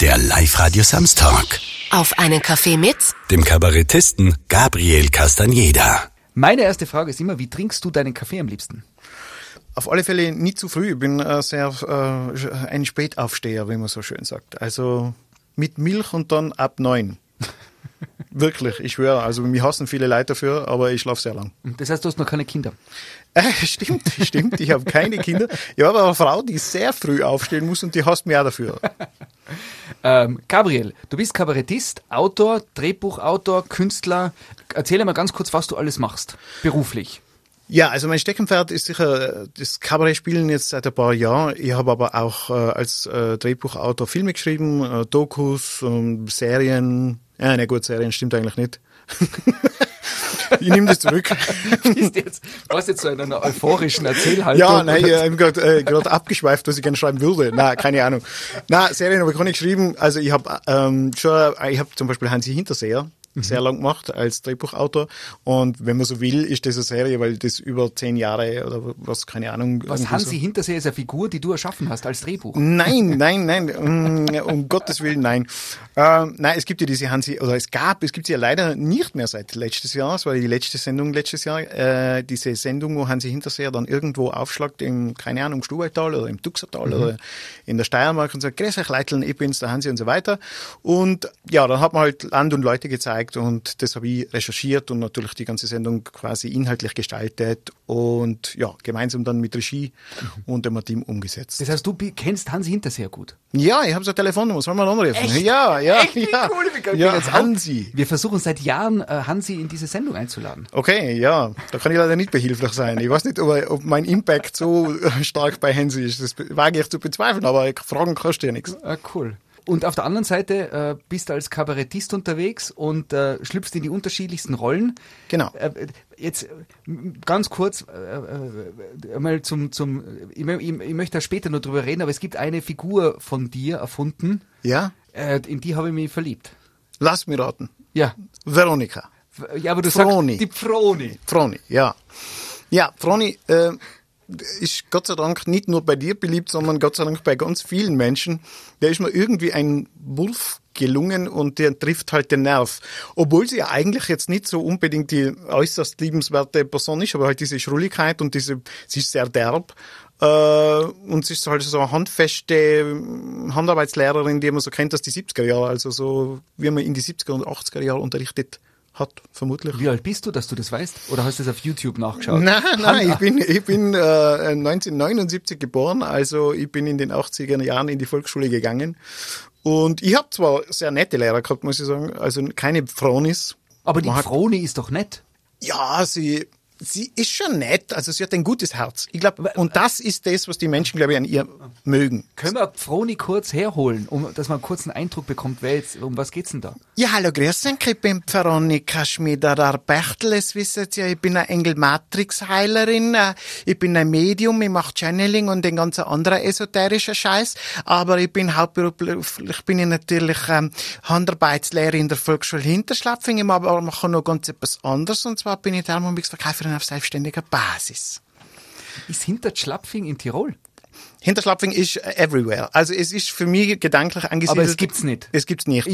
Der Live-Radio Samstag. Auf einen Kaffee mit Dem Kabarettisten Gabriel Castaneda. Meine erste Frage ist immer, wie trinkst du deinen Kaffee am liebsten? Auf alle Fälle nicht zu früh. Ich bin ein Spätaufsteher, wie man so schön sagt. Also mit Milch und dann ab 9. Wirklich, ich schwöre. Also mich hassen viele Leute dafür, aber ich schlafe sehr lang. Das heißt, du hast noch keine Kinder? Stimmt. Ich habe keine Kinder. Ich habe aber eine Frau, die sehr früh aufstehen muss und die hasst mich auch dafür. Gabriel, du bist Kabarettist, Autor, Drehbuchautor, Künstler. Erzähl mal ganz kurz, was du alles machst, beruflich. Ja, also mein Steckenpferd ist sicher das Kabarettspielen jetzt seit ein paar Jahren. Ich habe aber auch als Drehbuchautor Filme geschrieben, Dokus, Serien. Ja, ne gut, Serien stimmt eigentlich nicht. Ich nehme das zurück. Warst jetzt so in einer euphorischen Erzählhaltung? Ja, nein, ich habe gerade abgeschweift, was ich gerne schreiben würde. Nein, keine Ahnung. Nein, Serien habe ich gar nicht geschrieben. Also ich habe zum Beispiel Hansi Hinterseher sehr lang gemacht als Drehbuchautor. Und wenn man so will, ist das eine Serie, weil das über 10 Jahre oder was, keine Ahnung. Was Hansi Hinterseher ist eine Figur, die du erschaffen hast als Drehbuch? Nein, um Gottes Willen, nein. Nein, es gibt ja diese Hansi, oder es gibt sie ja leider nicht mehr seit letztes Jahr. Es war die letzte Sendung letztes Jahr. Diese Sendung, wo Hansi Hinterseher dann irgendwo aufschlagt im, keine Ahnung, im Stubaital oder im Duxertal oder in der Steiermark und sagt, grüß euch Leiteln, ich bin's, der Hansi und so weiter. Und ja, dann hat man halt Land und Leute gezeigt und das habe ich recherchiert und natürlich die ganze Sendung quasi inhaltlich gestaltet und ja, gemeinsam dann mit Regie und dem Team umgesetzt. Das heißt, du kennst Hansi Hinterseher gut? Ja, ich habe so eine Telefonnummer, soll man anrufen? Echt? Ja. Echt? Wie cool, ja, Hansi. Wir versuchen seit Jahren, Hansi in diese Sendung einzuladen. Okay, ja, da kann ich leider nicht behilflich sein. Ich weiß nicht, ob mein Impact so stark bei Hansi ist. Das wage ich zu bezweifeln, aber Fragen kostet ja nichts. Ah, cool. Und auf der anderen Seite bist du als Kabarettist unterwegs und schlüpfst in die unterschiedlichsten Rollen. Genau. Jetzt ganz kurz einmal ich möchte da später noch drüber reden, aber es gibt eine Figur von dir erfunden. Ja? In die habe ich mich verliebt. Lass mich raten. Ja. Veronika. Ja, aber du Froni. sagst die Froni. Froni, ja. Ja, Froni ist Gott sei Dank nicht nur bei dir beliebt, sondern Gott sei Dank bei ganz vielen Menschen. Der ist mir irgendwie ein Wurf gelungen und der trifft halt den Nerv. Obwohl sie ja eigentlich jetzt nicht so unbedingt die äußerst liebenswerte Person ist, aber halt diese Schrulligkeit und sie ist sehr derb. Und sie ist halt so eine handfeste Handarbeitslehrerin, die man so kennt aus die 70er Jahre, also so wie man in die 70er und 80er Jahre unterrichtet hat, vermutlich. Wie alt bist du, dass du das weißt? Oder hast du das auf YouTube nachgeschaut? Nein, ich bin 1979 geboren, also ich bin in den 80er Jahren in die Volksschule gegangen. Und ich habe zwar sehr nette Lehrer gehabt, muss ich sagen, also keine Fronis. Aber die Froni ist doch nett. Ja, sie ist schon nett, also sie hat ein gutes Herz. Ich glaube, und das ist das, was die Menschen, glaube ich, an ihr mögen. Können wir Froni kurz herholen, dass man einen kurzen Eindruck bekommt, um was geht's denn da? Ja, hallo, grüß euch, ich bin Veronika Schmieder-Bechtel, es wisst ihr, ich bin eine Engel-Matrix-Heilerin, ich bin ein Medium, ich mache Channeling und den ganzen anderen esoterischen Scheiß, aber ich bin hauptberuflich, natürlich Handarbeitslehrer in der Volksschule Hinterschlapfing, ich mache noch ganz etwas anderes, und zwar bin ich Thermomix-Verkäuferin auf selbstständiger Basis. Ist Hinterschlapfing in Tirol? Hinterschlapfing ist everywhere. Also es ist für mich gedanklich angesiedelt. Aber es gibt's nicht. Es gibt's nicht.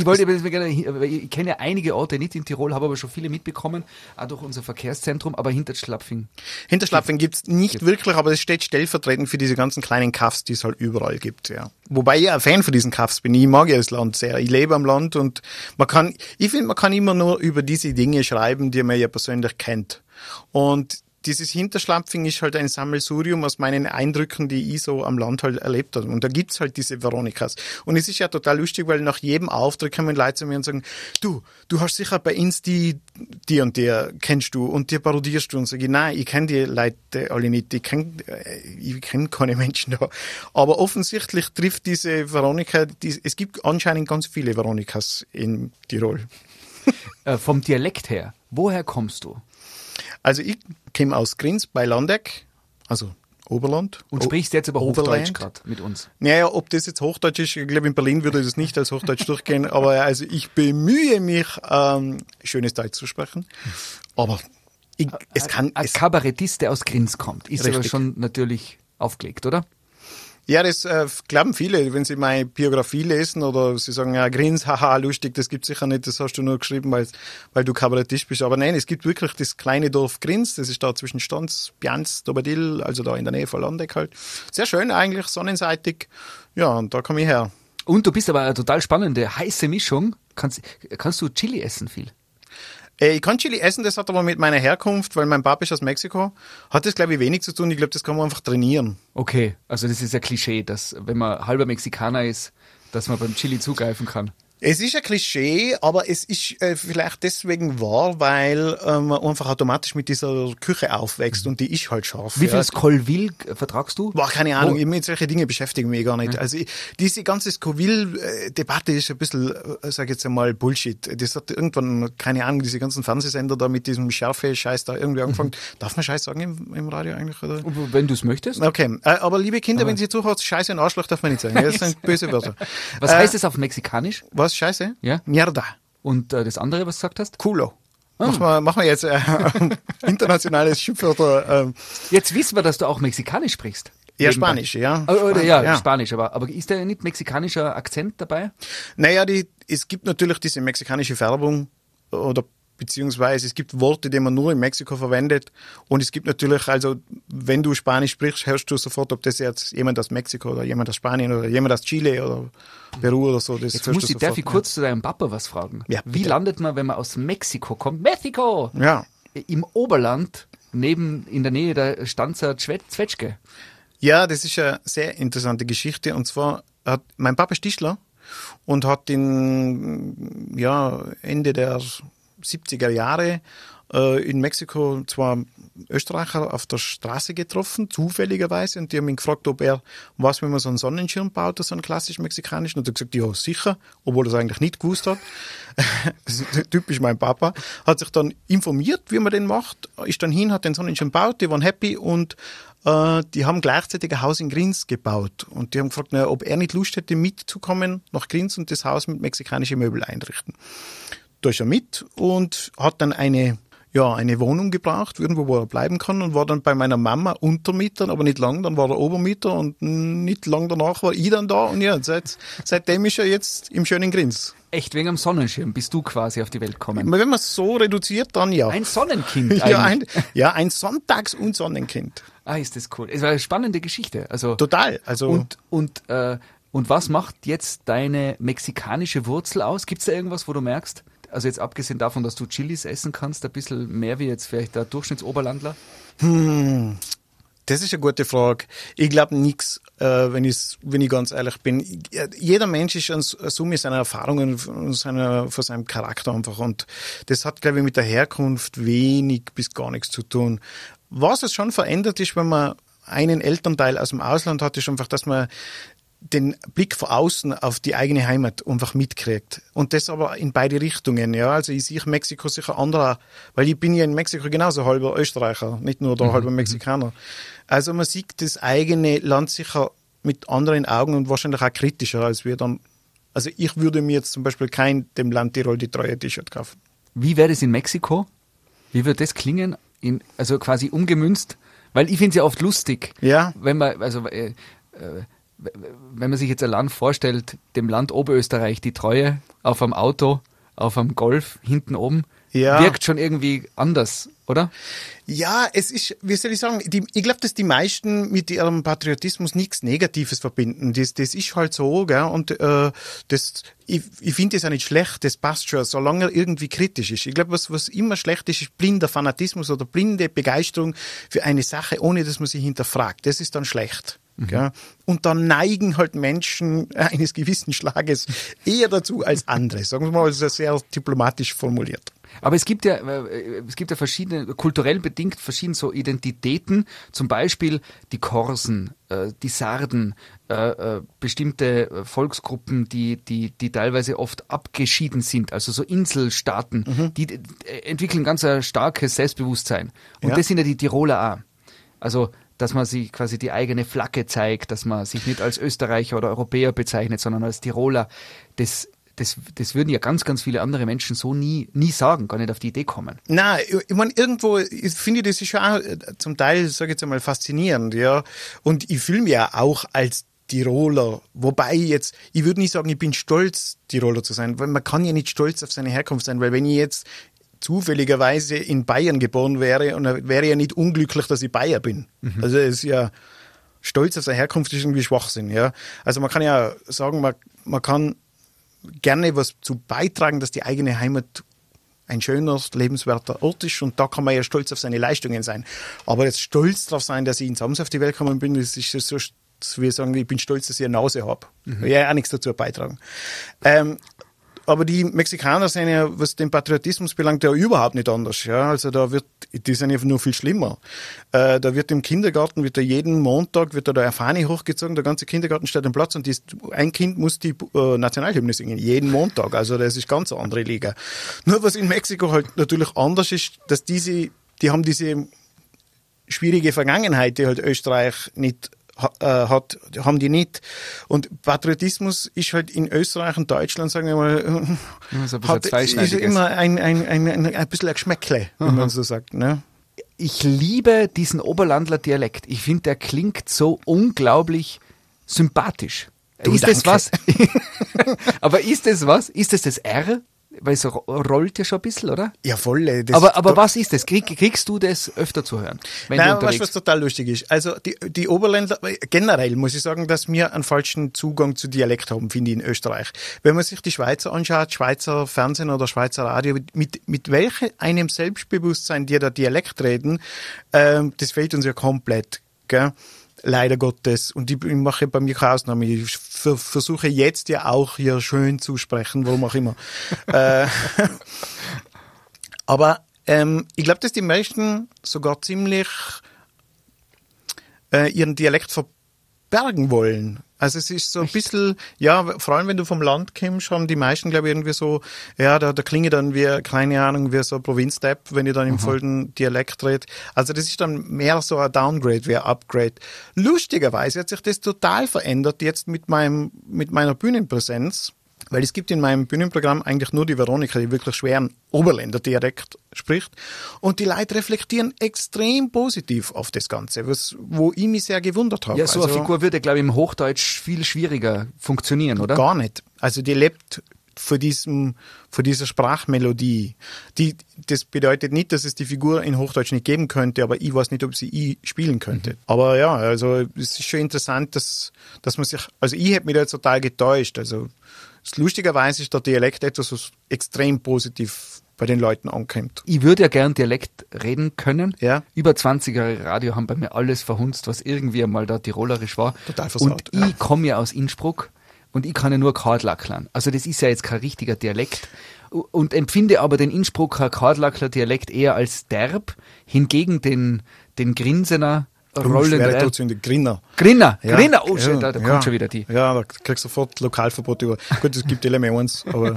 Ich kenne ja einige Orte nicht in Tirol, habe aber schon viele mitbekommen, auch durch unser Verkehrszentrum, aber Hinterschlapfing. Hinterschlapfing gibt's nicht wirklich, aber es steht stellvertretend für diese ganzen kleinen Kaffs, die es halt überall gibt, ja. Wobei ich ein Fan von diesen Kaffs bin. Ich mag ja das Land sehr. Ich lebe am Land und ich finde, man kann immer nur über diese Dinge schreiben, die man ja persönlich kennt. Und dieses Hinterschlapfing ist halt ein Sammelsurium aus meinen Eindrücken, die ich so am Land halt erlebt habe. Und da gibt's halt diese Veronikas. Und es ist ja total lustig, weil nach jedem Auftritt kommen Leute zu mir und sagen, du hast sicher bei uns die und der kennst du und die parodierst du. Und sage ich, nein, ich kenne die Leute alle nicht. Ich kenn keine Menschen da. Aber offensichtlich trifft diese Veronika, es gibt anscheinend ganz viele Veronikas in Tirol. Vom Dialekt her, woher kommst du? Also ich komme aus Grins bei Landeck, also Oberland. Und sprichst jetzt aber Hochdeutsch gerade mit uns? Naja, ob das jetzt Hochdeutsch ist, ich glaube in Berlin würde das nicht als Hochdeutsch durchgehen, aber also ich bemühe mich, schönes Deutsch zu sprechen. Aber Ein Kabarettist, der aus Grins kommt, ist aber schon natürlich aufgelegt, oder? Ja, das glauben viele, wenn sie meine Biografie lesen oder sie sagen, ja, Grins, haha, lustig, das gibt's sicher nicht, das hast du nur geschrieben, weil du Kabarettist bist. Aber nein, es gibt wirklich das kleine Dorf Grins, das ist da zwischen Stans, Bianz, Dobadil, also da in der Nähe von Landeck halt. Sehr schön eigentlich, sonnenseitig. Ja, und da komme ich her. Und du bist aber eine total spannende, heiße Mischung. Kannst du Chili essen viel? Ich kann Chili essen, das hat aber mit meiner Herkunft, weil mein Papa ist aus Mexiko, hat das, glaube ich, wenig zu tun. Ich glaube, das kann man einfach trainieren. Okay, also das ist ein Klischee, dass wenn man halber Mexikaner ist, dass man beim Chili zugreifen kann. Es ist ein Klischee, aber es ist vielleicht deswegen wahr, weil man einfach automatisch mit dieser Küche aufwächst und die ist halt scharf. Wie viel Scoville vertragst du? Boah, keine Ahnung, mit solchen Dingen beschäftigen mich gar nicht. Also diese ganze Scoville-Debatte ist ein bisschen, sag ich jetzt einmal, Bullshit. Das hat irgendwann, keine Ahnung, diese ganzen Fernsehsender da mit diesem Schärfe-Scheiß da irgendwie angefangen. Darf man Scheiß sagen im Radio eigentlich? Oder? Wenn du es möchtest. Okay, aber liebe Kinder, wenn Sie zuhört, Scheiße und Arschloch darf man nicht sagen. Das sind böse Wörter. Was heißt das auf Mexikanisch? Was, Scheiße? Ja. Mierda. Und das andere, was du gesagt hast? Culo. Machen wir jetzt internationales Schimpfwörter. Jetzt wissen wir, dass du auch Mexikanisch sprichst. Ja, Spanisch, ja. Oder ja, Spanisch, aber ist da nicht mexikanischer Akzent dabei? Naja, es gibt natürlich diese mexikanische Färbung oder beziehungsweise es gibt Worte, die man nur in Mexiko verwendet und es gibt natürlich, also wenn du Spanisch sprichst, hörst du sofort, ob das jetzt jemand aus Mexiko oder jemand aus Spanien oder jemand aus Chile oder Peru oder so. Das darf ich kurz zu deinem Papa was fragen? Ja, wie landet man, wenn man aus Mexiko kommt? Mexiko! Ja. Im Oberland, in der Nähe der Stanzer Zwetschge. Ja, das ist eine sehr interessante Geschichte und zwar hat mein Papa ist Tischler und hat Ende der 70er Jahre in Mexiko zwar Österreicher auf der Straße getroffen, zufälligerweise, und die haben ihn gefragt, ob er was, wenn man so einen Sonnenschirm baut, so einen klassisch mexikanischen, und er hat gesagt, ja, sicher, obwohl er es eigentlich nicht gewusst hat. Das ist typisch mein Papa. Hat sich dann informiert, wie man den macht, ist dann hin, hat den Sonnenschirm gebaut, die waren happy und die haben gleichzeitig ein Haus in Grins gebaut und die haben gefragt, ob er nicht Lust hätte, mitzukommen nach Grins und das Haus mit mexikanischen Möbel einrichten. Da ist er mit und hat dann eine Wohnung gebraucht, irgendwo, wo er bleiben kann und war dann bei meiner Mama Untermieter, aber nicht lang, dann war er Obermieter und nicht lang danach war ich dann da und ja, seitdem ist er jetzt im schönen Grins. Echt, wegen am Sonnenschirm bist du quasi auf die Welt gekommen? Wenn man es so reduziert, dann ja. Ein Sonnenkind eigentlich. Ein Sonntags- und Sonnenkind. Ah, ist das cool. Es war eine spannende Geschichte. Also total. Also Und was macht jetzt deine mexikanische Wurzel aus? Gibt es da irgendwas, wo du merkst, also jetzt abgesehen davon, dass du Chilis essen kannst, ein bisschen mehr wie jetzt vielleicht der Durchschnittsoberlandler? Das ist eine gute Frage. Ich glaube nichts, wenn ich ganz ehrlich bin. Jeder Mensch ist eine Summe seiner Erfahrungen und von seinem Charakter einfach. Und das hat, glaube ich, mit der Herkunft wenig bis gar nichts zu tun. Was es schon verändert ist, wenn man einen Elternteil aus dem Ausland hat, ist einfach, dass man den Blick von außen auf die eigene Heimat einfach mitkriegt. Und das aber in beide Richtungen, ja. Also ich sehe Mexiko sicher anderer, weil ich bin ja in Mexiko genauso halber Österreicher, nicht nur der halber Mexikaner. Also man sieht das eigene Land sicher mit anderen Augen und wahrscheinlich auch kritischer als wir dann. Also ich würde mir jetzt zum Beispiel dem Land Tirol die treue T-Shirt kaufen. Wie wäre das in Mexiko? Wie wird das klingen? Also quasi umgemünzt? Weil ich finde es ja oft lustig, ja. Wenn man sich jetzt ein Land vorstellt, dem Land Oberösterreich die Treue auf einem Auto, auf einem Golf, hinten oben, wirkt schon irgendwie anders, oder? Ja, es ist, wie soll ich sagen, ich glaube, dass die meisten mit ihrem Patriotismus nichts Negatives verbinden. Das ist halt so, gell? Und ich finde das auch nicht schlecht, das passt schon, solange er irgendwie kritisch ist. Ich glaube, was immer schlecht ist blinder Fanatismus oder blinde Begeisterung für eine Sache, ohne dass man sie hinterfragt. Das ist dann schlecht. Ja. Und dann neigen halt Menschen eines gewissen Schlages eher dazu als andere. Sagen wir mal, das ist sehr diplomatisch formuliert. Aber es gibt ja verschiedene, kulturell bedingt verschiedene so Identitäten, zum Beispiel die Korsen, die Sarden, bestimmte Volksgruppen, die teilweise oft abgeschieden sind, also so Inselstaaten, die entwickeln ganz ein starkes Selbstbewusstsein. Und das sind ja die Tiroler auch. Also dass man sich quasi die eigene Flagge zeigt, dass man sich nicht als Österreicher oder Europäer bezeichnet, sondern als Tiroler. Das würden ja ganz, ganz viele andere Menschen so nie sagen, gar nicht auf die Idee kommen. Nein, ich meine, irgendwo finde ich das ist schon auch zum Teil, sage ich jetzt einmal, faszinierend, ja. Und ich fühle mich ja auch als Tiroler. Wobei jetzt, ich würde nicht sagen, ich bin stolz, Tiroler zu sein, weil man kann ja nicht stolz auf seine Herkunft sein, weil wenn ich jetzt zufälligerweise in Bayern geboren wäre, und wäre ja nicht unglücklich, dass ich Bayer bin. Also es ist ja, stolz auf seine Herkunft ist irgendwie Schwachsinn, ja. Also man kann ja sagen, man kann gerne was zu beitragen, dass die eigene Heimat ein schöner, lebenswerter Ort ist, und da kann man ja stolz auf seine Leistungen sein. Aber jetzt stolz darauf sein, dass ich in Sams auf die Welt gekommen bin, das ist so, wie sagen, ich bin stolz, dass ich eine Nase habe. Ja, auch nichts dazu beitragen. Aber die Mexikaner sind ja, was den Patriotismus belangt, ja überhaupt nicht anders. Ja, also die sind ja nur viel schlimmer. Da wird im Kindergarten, jeden Montag wird da eine Fahne hochgezogen, der ganze Kindergarten steht am Platz, und ein Kind muss die Nationalhymne singen, jeden Montag. Also das ist ganz eine andere Liga. Nur was in Mexiko halt natürlich anders ist, dass die haben diese schwierige Vergangenheit, die halt Österreich nicht haben die nicht. Und Patriotismus ist halt in Österreich und Deutschland, sagen wir mal, so ist immer ein bisschen ein Geschmäckle, wie man so sagt. Ne? Ich liebe diesen Oberlandler Dialekt. Ich finde, der klingt so unglaublich sympathisch. Ist das was? Aber ist das was? Ist das R? Weil es rollt ja schon ein bisschen, oder? Ja, voll. Aber was ist das? Kriegst du das öfter zu hören? Nein, weißt du, was total lustig ist? Also die Oberländler, generell muss ich sagen, dass wir einen falschen Zugang zu Dialekt haben, finde ich, in Österreich. Wenn man sich die Schweizer anschaut, Schweizer Fernsehen oder Schweizer Radio, mit welchem einem Selbstbewusstsein die da Dialekt reden, das fehlt uns ja komplett, gell? Leider Gottes. Und ich mache bei mir keine Ausnahme. Ich versuche jetzt ja auch hier schön zu sprechen, warum auch immer. Aber ich glaube, dass die meisten sogar ziemlich ihren Dialekt verbergen wollen. Also es ist so ein bisschen, ja, vor allem wenn du vom Land kommst, haben die meisten, glaube ich, irgendwie so, ja, da klinge dann wie, keine Ahnung, wie so ein Provinzdepp, wenn ich dann im vollen Dialekt rede. Also das ist dann mehr so ein Downgrade wie ein Upgrade. Lustigerweise hat sich das total verändert jetzt mit meiner Bühnenpräsenz, weil es gibt in meinem Bühnenprogramm eigentlich nur die Veronika, die wirklich schweren Oberländer-Dialekt spricht. Und die Leute reflektieren extrem positiv auf das Ganze, wo ich mich sehr gewundert habe. Ja, so eine Figur würde, glaube ich, im Hochdeutsch viel schwieriger funktionieren, oder? Gar nicht. Also die lebt von dieser Sprachmelodie. Das bedeutet nicht, dass es die Figur in Hochdeutsch nicht geben könnte, aber ich weiß nicht, ob sie spielen könnte. Aber ja, also es ist schon interessant, dass man sich, also ich hätte mich da jetzt total getäuscht. Also lustigerweise ist der Dialekt etwas, was extrem positiv bei den Leuten ankommt. Ich würde ja gern Dialekt reden können. Ja. Über 20 Jahre Radio haben bei mir alles verhunzt, was irgendwie einmal da tirolerisch war. Total versaut. Und ich komme ja aus Innsbruck und ich kann ja nur Kardlacklern. Also das ist ja jetzt kein richtiger Dialekt. Und empfinde aber den Innsbrucker Kardlackler Dialekt eher als derb, hingegen den Grinsener rollenden Grinner. Grinner, oh shit, da kommt schon wieder die. Ja, da kriegst du sofort Lokalverbot über. Gut, es gibt Elements, aber...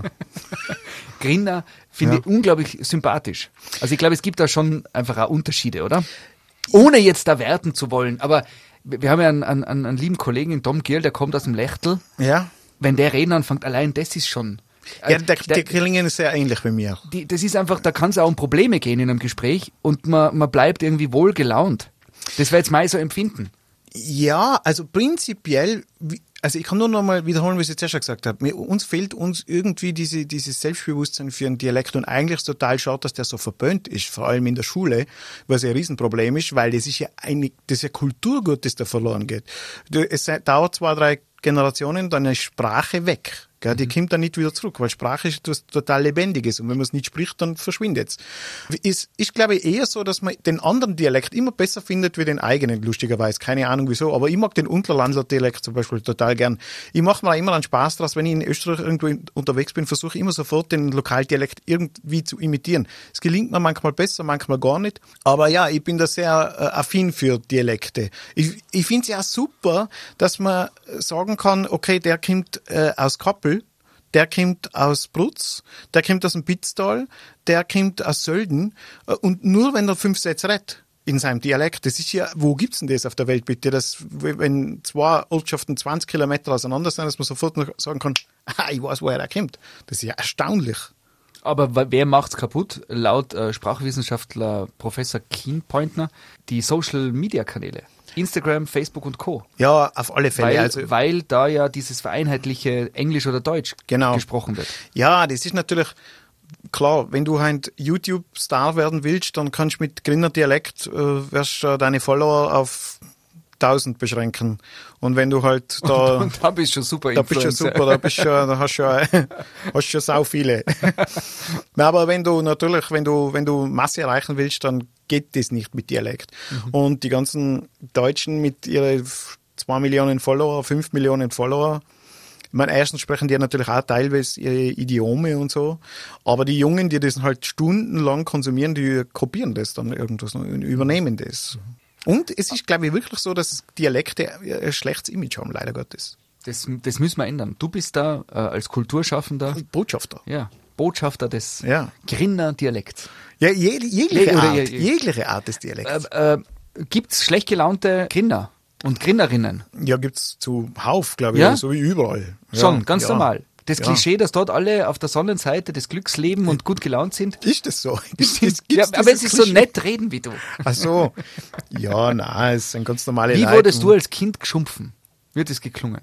Grinner finde ich unglaublich sympathisch. Also ich glaube, es gibt da schon einfach auch Unterschiede, oder? Ohne jetzt da werten zu wollen, aber wir haben ja einen lieben Kollegen, den Tom Gierl, der kommt aus dem Lechtel. Ja. Wenn der reden anfängt, allein das ist schon... Ja, der klingen sehr ähnlich bei mir. Das ist einfach, da kann es auch um Probleme gehen in einem Gespräch und man bleibt irgendwie wohlgelaunt. Das wäre jetzt mein so Empfinden. Ja, also prinzipiell, also ich kann nur noch mal wiederholen, was ich zuerst schon gesagt habe. Uns fehlt irgendwie dieses Selbstbewusstsein für einen Dialekt, und eigentlich ist es total schade, dass der so verböhnt ist, vor allem in der Schule, was ja ein Riesenproblem ist, weil das ist ja Kulturgut, das da verloren geht. Es dauert 2, 3 Generationen, dann ist Sprache weg. Die kommt dann nicht wieder zurück, weil Sprache ist etwas total Lebendiges, und wenn man es nicht spricht, dann verschwindet es. Ich glaube eher so, dass man den anderen Dialekt immer besser findet wie den eigenen, lustigerweise. Keine Ahnung wieso, aber ich mag den Unterlandler Dialekt zum Beispiel total gern. Ich mache mir auch immer einen Spaß draus, wenn ich in Österreich irgendwo unterwegs bin, versuche ich immer sofort den Lokaldialekt irgendwie zu imitieren. Es gelingt mir manchmal besser, manchmal gar nicht. Aber ja, ich bin da sehr affin für Dialekte. Ich finde es ja super, dass man sagen kann, okay, der kommt aus Kappel, der kommt aus Brutz, der kommt aus dem Pitztal, der kommt aus Sölden, und nur wenn er 5 Sätze redet in seinem Dialekt, das ist ja, wo gibt's denn das auf der Welt bitte, dass wenn 2 Ortschaften 20 Kilometer auseinander sind, dass man sofort noch sagen kann, ich weiß, woher er kommt. Das ist ja erstaunlich. Aber wer macht's kaputt? Laut Sprachwissenschaftler Professor Kienpointner, die Social-Media-Kanäle. Instagram, Facebook und Co. Ja, auf alle Fälle. Weil da ja dieses vereinheitliche Englisch oder Deutsch gesprochen wird. Ja, das ist natürlich klar, wenn du halt YouTube-Star werden willst, dann kannst du mit Grinner Dialekt wirst deine Follower auf 1000 beschränken. Und wenn du halt da... Und da bist du schon super Da bist du super, da hast du schon sau viele. Aber wenn du Masse erreichen willst, dann geht das nicht mit Dialekt. Und die ganzen Deutschen mit ihren 2 Millionen Follower, 5 Millionen Follower, ich meine, erstens sprechen die natürlich auch teilweise ihre Idiome und so, aber die Jungen, die das halt stundenlang konsumieren, die kopieren das dann irgendwas und übernehmen das. Und es ist, glaube ich, wirklich so, dass Dialekte ein schlechtes Image haben, leider Gottes. Das müssen wir ändern. Du bist da als Kulturschaffender... Botschafter. Ja, Botschafter des Grinner Dialekts. Ja, jegliche Art des Dialekts. Gibt's schlecht gelaunte Grinner und Grinnerinnen? Ja, gibt's zuhauf, glaube ich, Ja? so wie überall. Schon, ganz normal. Das Klischee, dass dort alle auf der Sonnenseite des Glücks leben und gut gelaunt sind. Ist das so? Aber es ist so nett reden wie du. Ach so. Ja, nein, es sind ganz normale Wie Leute. wurdest du als Kind geschumpfen? Wird es geklungen?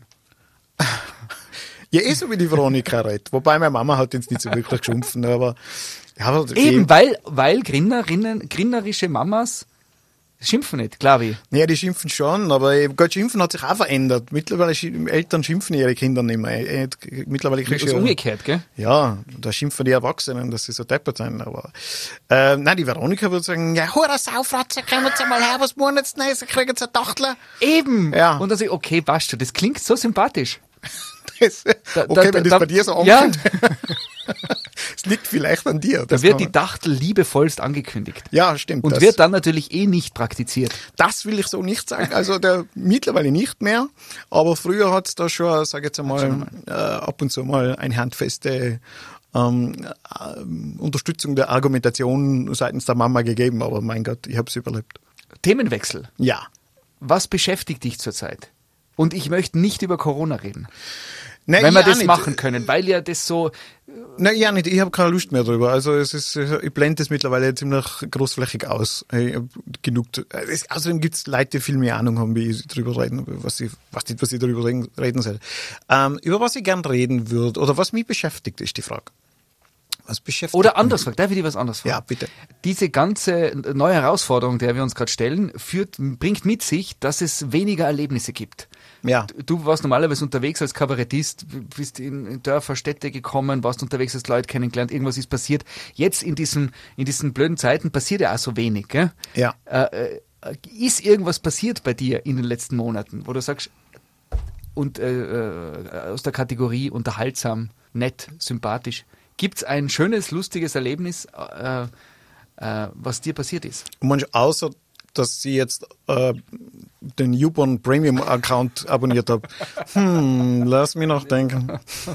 Ja, so wie die Veronika redet. Wobei meine Mama hat jetzt nicht so wirklich geschumpfen, aber... Ja, Eben, weil grinnerische Mamas schimpfen nicht, glaube ich. Ja, die schimpfen schon, aber Gott, Schimpfen hat sich auch verändert. Mittlerweile Eltern schimpfen ihre Kinder nicht mehr. Mittlerweile Das ist umgekehrt, gell? Ja, da schimpfen die Erwachsenen, dass sie so deppert sind. Aber nein, die Veronika würde sagen, ja, Hure Saufratze, kommen Sie mal her, was wollen jetzt nicht? Sie kriegen jetzt ein Dachtler. Eben! Ja. Und dann sage ich, okay, passt schon, das klingt so sympathisch. Wenn das bei dir so ankommt. Es liegt vielleicht an dir. Da wird die Dachtel liebevollst angekündigt. Ja, stimmt. Und wird dann natürlich nicht praktiziert. Das will ich so nicht sagen. Also mittlerweile nicht mehr. Aber früher hat es da schon, sage ich jetzt einmal, ab und zu mal eine handfeste Unterstützung der Argumentation seitens der Mama gegeben. Aber mein Gott, ich habe es überlebt. Themenwechsel. Ja. Was beschäftigt dich zurzeit? Und ich möchte nicht über Corona reden. Nein, wenn wir das machen können, weil ja das so... Nein, ja nicht. Ich habe keine Lust mehr drüber. Also ich blende das mittlerweile ziemlich großflächig aus. Ich hab genug. Außerdem gibt es Leute, die viel mehr Ahnung haben, wie ich drüber reden, was ich darüber reden soll. Über was ich gern reden würde oder was mich beschäftigt, ist die Frage. Was beschäftigt Oder anders gefragt, darf ich dir was anderes fragen? Ja, bitte. Diese ganze neue Herausforderung, der wir uns gerade stellen, bringt mit sich, dass es weniger Erlebnisse gibt. Ja. Du warst normalerweise unterwegs als Kabarettist, bist in Dörfer, Städte gekommen, warst unterwegs, hast Leute kennengelernt, irgendwas ist passiert. Jetzt in diesen blöden Zeiten passiert ja auch so wenig, gell? Ja. Ist irgendwas passiert bei dir in den letzten Monaten, wo du sagst, und aus der Kategorie unterhaltsam, nett, sympathisch, gibt's ein schönes, lustiges Erlebnis, was dir passiert ist? Außer dass ich jetzt den YouPorn Premium Account abonniert habe. Lass mich noch denken.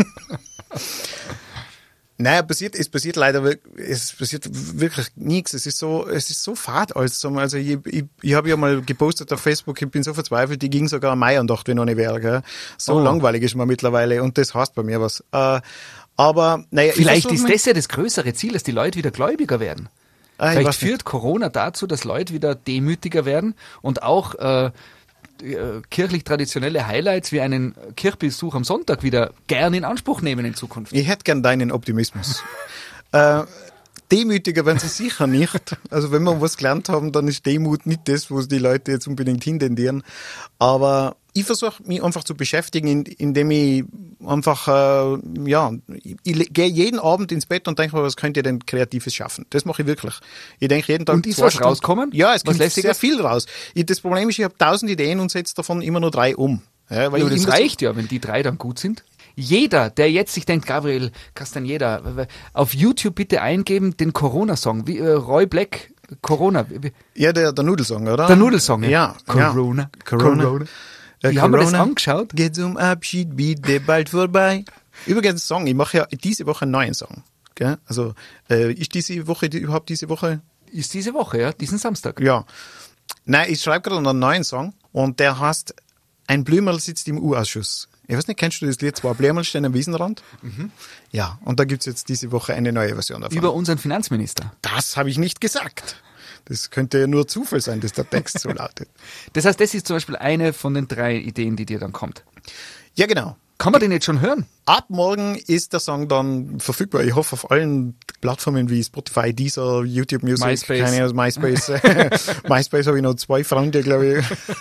Naja, es passiert leider wirklich nichts. Es ist so fad alles. Also ich habe ja mal gepostet auf Facebook, ich bin so verzweifelt, die ging sogar am Mai-Andacht, wenn noch nicht wäre. Gell? So langweilig ist man mittlerweile und das heißt bei mir was. Aber naja, vielleicht ist das ja das größere Ziel, dass die Leute wieder gläubiger werden. Vielleicht führt Corona dazu, dass Leute wieder demütiger werden und auch kirchlich traditionelle Highlights wie einen Kirchbesuch am Sonntag wieder gern in Anspruch nehmen in Zukunft. Ich hätte gern deinen Optimismus. Demütiger werden sie sicher nicht. Also wenn wir was gelernt haben, dann ist Demut nicht das, wo die Leute jetzt unbedingt hintendieren. Aber ich versuche mich einfach zu beschäftigen, indem ich einfach, ich gehe jeden Abend ins Bett und denke mir, was könnt ihr denn Kreatives schaffen? Das mache ich wirklich. Ich denke jeden Tag. Und ist was rauskommen? Ja, es kommt sehr viel raus. Das Problem ist, ich habe 1000 Ideen und setze davon immer nur 3 um. Ja, weil das reicht ja, wenn die 3 dann gut sind. Jeder, der jetzt sich denkt, Gabriel Castañeda, auf YouTube bitte eingeben, den Corona-Song, wie Roy Black, Corona. Ja, der Nudelsong, oder? Der Nudelsong, ja. Corona. Wie haben wir das angeschaut? Geht zum Abschied, bitte bald vorbei. Übrigens, Song, ich mache ja diese Woche einen neuen Song. Gell? Also, ist diese Woche überhaupt diese Woche? Ist diese Woche, ja, diesen Samstag. Ja. Nein, ich schreibe gerade einen neuen Song und der heißt Ein Blümerl sitzt im U-Ausschuss. Ich weiß nicht, kennst du das Lied? 2 Blümerl stehen am Wiesenrand? Mhm. Ja, und da gibt's jetzt diese Woche eine neue Version davon. Über unseren Finanzminister. Das habe ich nicht gesagt. Das könnte ja nur Zufall sein, dass der Text so lautet. Das heißt, das ist zum Beispiel eine von den 3 Ideen, die dir dann kommt. Ja, genau. Kann man den jetzt schon hören? Ab morgen ist der Song dann verfügbar. Ich hoffe auf allen Plattformen wie Spotify, Deezer, YouTube Music, MySpace. keine Ahnung, MySpace. MySpace habe ich noch 2 Freunde, glaube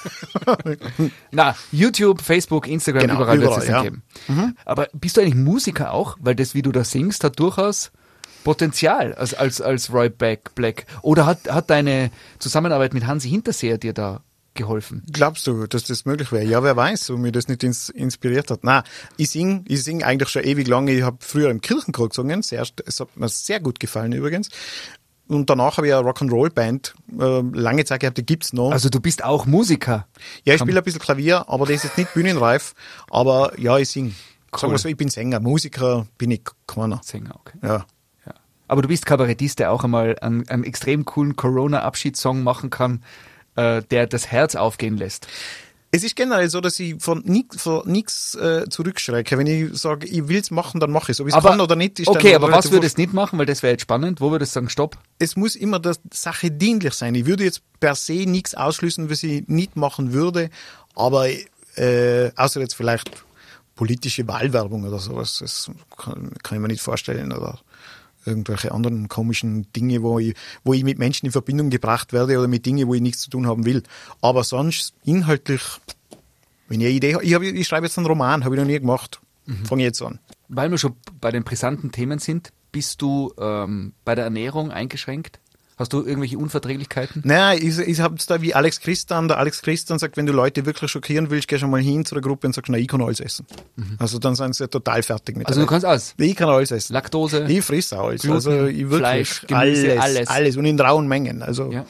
ich. Na, YouTube, Facebook, Instagram, Genau, überall wird es überall, den geben. Aber bist du eigentlich Musiker auch? Weil das, wie du da singst, hat durchaus Potenzial als Roy Black. Oder hat deine Zusammenarbeit mit Hansi Hinterseher dir da geholfen? Glaubst du, dass das möglich wäre? Ja, wer weiß, ob mir das nicht inspiriert hat. Nein, ich sing eigentlich schon ewig lange. Ich habe früher im Kirchenchor gesungen. Es hat mir sehr gut gefallen übrigens. Und danach habe ich eine Rock'n'Roll-Band lange Zeit gehabt, die gibt's noch. Also du bist auch Musiker? Ja, ich spiele ein bisschen Klavier, aber das ist jetzt nicht bühnenreif. Aber ja, ich sing. Cool. Sagen wir so, ich bin Sänger. Musiker bin ich keiner. Sänger, okay. Ja. Ja. Aber du bist Kabarettist, der auch einmal einen extrem coolen Corona-Abschiedssong machen kann, der das Herz aufgehen lässt. Es ist generell so, dass ich von nichts zurückschrecke. Wenn ich sage, ich will's machen, dann mache ich es. Ob ich es kann oder nicht, ist okay, dann aber was relativ würdest du nicht machen? Weil das wäre jetzt spannend. Wo würdest du sagen, stopp? Es muss immer der Sache dienlich sein. Ich würde jetzt per se nichts ausschließen, was ich nicht machen würde, aber außer jetzt vielleicht politische Wahlwerbung oder sowas, das kann ich mir nicht vorstellen, oder irgendwelche anderen komischen Dinge, wo ich mit Menschen in Verbindung gebracht werde oder mit Dingen, wo ich nichts zu tun haben will. Aber sonst inhaltlich, wenn ich eine Idee habe, ich schreibe jetzt einen Roman, habe ich noch nie gemacht. Fange jetzt an. Weil wir schon bei den brisanten Themen sind, bist du bei der Ernährung eingeschränkt? Hast du irgendwelche Unverträglichkeiten? Nein, ich habe es da wie Alex Christian. Der Alex Christian sagt, wenn du Leute wirklich schockieren willst, geh schon mal hin zu der Gruppe und sagst, na, ich kann alles essen. Also dann sind sie total fertig mit Also du kannst alles? Ich kann alles essen. Laktose? Ich friss alles. Gluten, also ich wirklich Fleisch, Gemüse, alles und in rauen Mengen. Also Ja.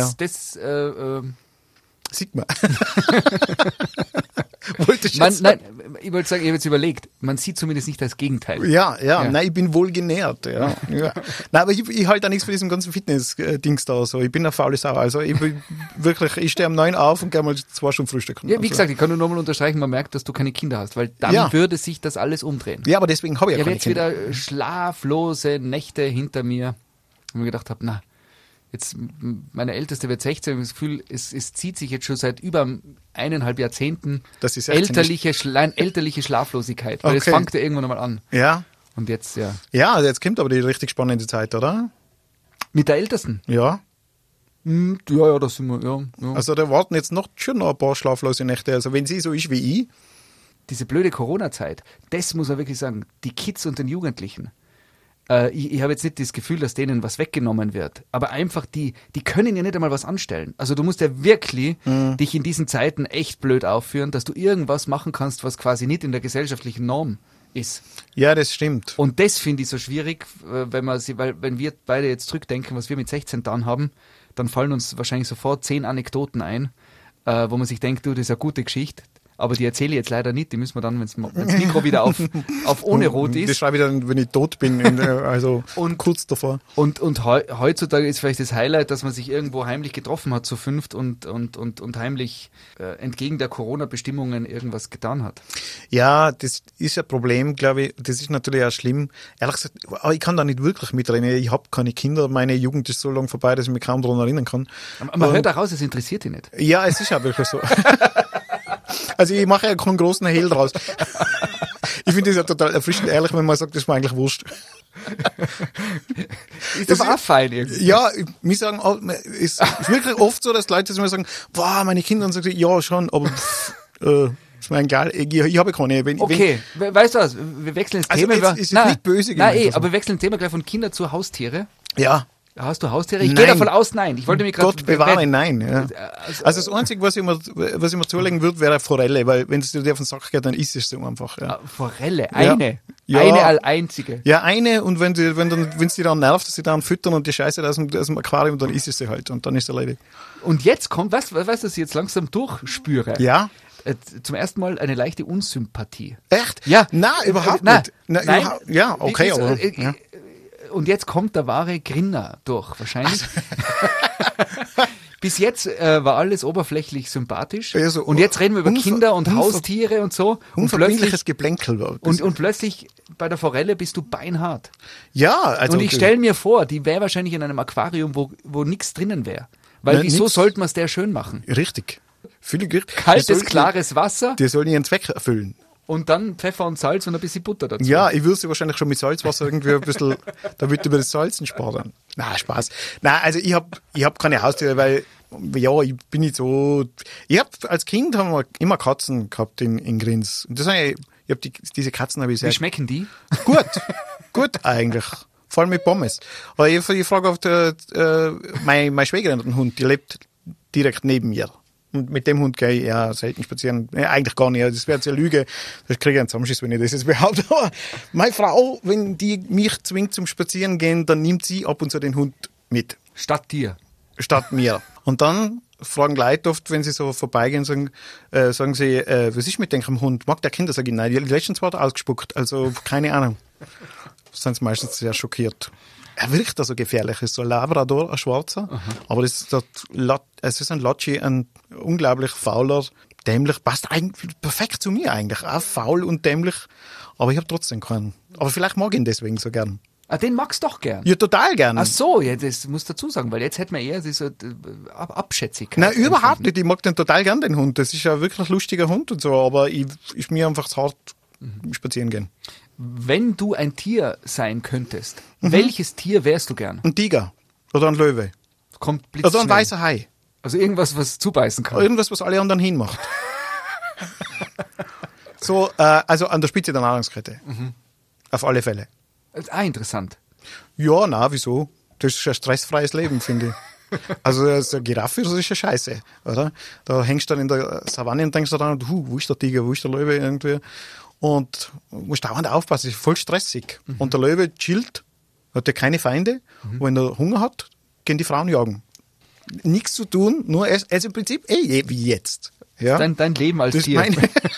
sieht man. Wollte ich jetzt Nein, ich wollte sagen, ich habe jetzt überlegt, man sieht zumindest nicht das Gegenteil. Ja, nein, ich bin wohl genährt, ja. Nein, aber ich halte da nichts von diesem ganzen Fitness-Dings da, so. Ich bin eine faule Sau, also ich stehe um 9 auf und gehe mal 2 Stunden frühstücken. Ja, wie gesagt, ich kann nur nochmal unterstreichen, man merkt, dass du keine Kinder hast, weil dann würde sich das alles umdrehen. Ja, aber deswegen habe ich Ich ja habe keine jetzt Kinder. wieder schlaflose Nächte hinter mir, wo ich mir gedacht habe, jetzt, meine Älteste wird 16, das Gefühl, es zieht sich jetzt schon seit über 1,5 Jahrzehnten Das ist 16 elterliche Schlaflosigkeit, weil es Okay. fängt ja irgendwann einmal an. Ja. Und jetzt, ja. Ja, also jetzt kommt aber die richtig spannende Zeit, oder? Mit der Ältesten? Ja. Ja, das sind wir, ja. Also da warten jetzt schon noch ein paar schlaflose Nächte. Also wenn sie so ist wie ich. Diese blöde Corona-Zeit, das muss man wirklich sagen, die Kids und den Jugendlichen. Ich habe jetzt nicht das Gefühl, dass denen was weggenommen wird, aber einfach die können ja nicht einmal was anstellen. Also du musst ja wirklich dich in diesen Zeiten echt blöd aufführen, dass du irgendwas machen kannst, was quasi nicht in der gesellschaftlichen Norm ist. Ja, das stimmt. Und das finde ich so schwierig, weil wenn wir beide jetzt zurückdenken, was wir mit 16 dann haben, dann fallen uns wahrscheinlich sofort 10 Anekdoten ein, wo man sich denkt, du, das ist eine gute Geschichte. Aber die erzähle ich jetzt leider nicht, die müssen wir dann, wenn das Mikro wieder auf ohne Rot ist. Das schreibe ich dann, wenn ich tot bin, also Und- kurz davor. Und heutzutage ist vielleicht das Highlight, dass man sich irgendwo heimlich getroffen hat zu 5 und heimlich entgegen der Corona-Bestimmungen irgendwas getan hat. Ja, das ist ein Problem, glaube ich. Das ist natürlich auch schlimm. Ehrlich gesagt, aber ich kann da nicht wirklich mitreden. Ich habe keine Kinder. Meine Jugend ist so lange vorbei, dass ich mich kaum daran erinnern kann. Man hört auch raus, es interessiert dich nicht. Ja, es ist auch wirklich so. Also ich mache ja keinen großen Hehl draus. Ich finde das ja total erfrischend ehrlich, wenn man sagt, das ist mir eigentlich wurscht. Ist aber auch fein irgendwie. Ja, wir sagen, es ist wirklich oft so, dass Leute zu mir sagen, wow, meine Kinder, und sagen, ja schon, aber ist mir egal, ich habe keine. Okay, weißt du was, wir wechseln das Also Thema. jetzt ist es nicht böse Nein, gemeint, also. aber wir wechseln das Thema gleich von Kinder zu Haustiere. Ja, Hast du Haustiere? Ich Nein. gehe davon aus, nein. Ich wollte mir gerade... Gott bewahre, nein. Ja. Also das Einzige, was ich mir zulegen würde, wäre eine Forelle, weil wenn es dir auf den Sack geht, dann isst es so einfach. Ja. Forelle, eine. Ja. Eine einzige. Ja, eine, und wenn es dir dann nervt, dass sie dann füttern und die Scheiße aus dem Aquarium, dann isst es sie halt und dann ist es erledigt. Und jetzt kommt, weißt du, was ich jetzt langsam durchspüre? Ja? Zum ersten Mal eine leichte Unsympathie. Echt? Ja. Nein, überhaupt Nein. nicht. Nein, Nein. Ja, okay, Ist, aber... Und jetzt kommt der wahre Grinner durch, wahrscheinlich. Bis jetzt war alles oberflächlich sympathisch. Ja, so und jetzt reden wir über Kinder und Haustiere und so. Unverbindliches Geplänkel. Und plötzlich bei der Forelle bist du beinhart. Ja, also. Und ich stelle mir vor, die wäre wahrscheinlich in einem Aquarium, wo nichts drinnen wäre. Weil Nein, wieso nix. sollte man es der schön machen? Richtig. Völlig richtig. Kaltes, klares Wasser Die sollen ihren Zweck erfüllen. und dann Pfeffer und Salz und ein bisschen Butter dazu. Ja, ich würde sie wahrscheinlich schon mit Salzwasser irgendwie ein bisschen, damit über das Salzen sparen. Na, Spaß. Na, also ich hab keine Haustiere, weil, ja, ich bin nicht so, als Kind haben wir immer Katzen gehabt in Grins. Und das diese Katzen habe ich sehr Wie schmecken die? gut eigentlich. Vor allem mit Pommes. Aber ich frage oft, meine Schwägerin hat einen Hund, die lebt direkt neben mir. Und mit dem Hund gehe ich eher selten spazieren. Ja, eigentlich gar nicht. Das wäre jetzt eine Lüge. Das kriege ich einen Zusammenschiss, wenn ich das jetzt behaupte. Aber meine Frau, wenn die mich zwingt zum Spazierengehen, dann nimmt sie ab und zu den Hund mit. Statt dir. Statt mir. Und dann fragen Leute oft, wenn sie so vorbeigehen, sagen sie, was ist mit dem Hund? Mag der Kinder? Sag ich, nein, die letzten zwei hat er ausgespuckt. Also, keine Ahnung. Sind sie meistens sehr schockiert. Er wirkt also gefährlich. Es ist so ein Labrador, ein Schwarzer. Aha. Aber es ist ein Latschi, ein unglaublich fauler, dämlich. Passt eigentlich perfekt zu mir eigentlich. Auch faul und dämlich. Aber ich habe trotzdem keinen. Aber vielleicht mag ich ihn deswegen so gern. Ah, den magst du doch gern. Ja, total gern. Ach so, ja, das muss dazu sagen, weil jetzt hätten wir eher so Abschätzigkeit. Nein, überhaupt nicht. Ich mag den total gern, den Hund. Das ist ja wirklich ein lustiger Hund und so. Aber ist mir einfach zu hart spazieren gehen. Wenn du ein Tier sein könntest, welches Tier wärst du gern? Ein Tiger oder ein Löwe. Kommt blitzschnell. Oder ein weißer Hai. Also irgendwas, was zubeißen kann. Irgendwas, was alle anderen hinmacht. So, also an der Spitze der Nahrungskette. Auf alle Fälle. Interessant. Ja, na, wieso? Das ist ein stressfreies Leben, finde ich. Also so eine Giraffe, das ist ja scheiße, oder? Da hängst du dann in der Savanne und denkst du dann, wo ist der Tiger, wo ist der Löwe irgendwie? Und musst dauernd aufpassen, das ist voll stressig. Und der Löwe chillt, hat ja keine Feinde. Und wenn er Hunger hat, gehen die Frauen jagen. Nichts zu tun, nur er ist im Prinzip wie jetzt. Ja? Dein Leben als das Tier.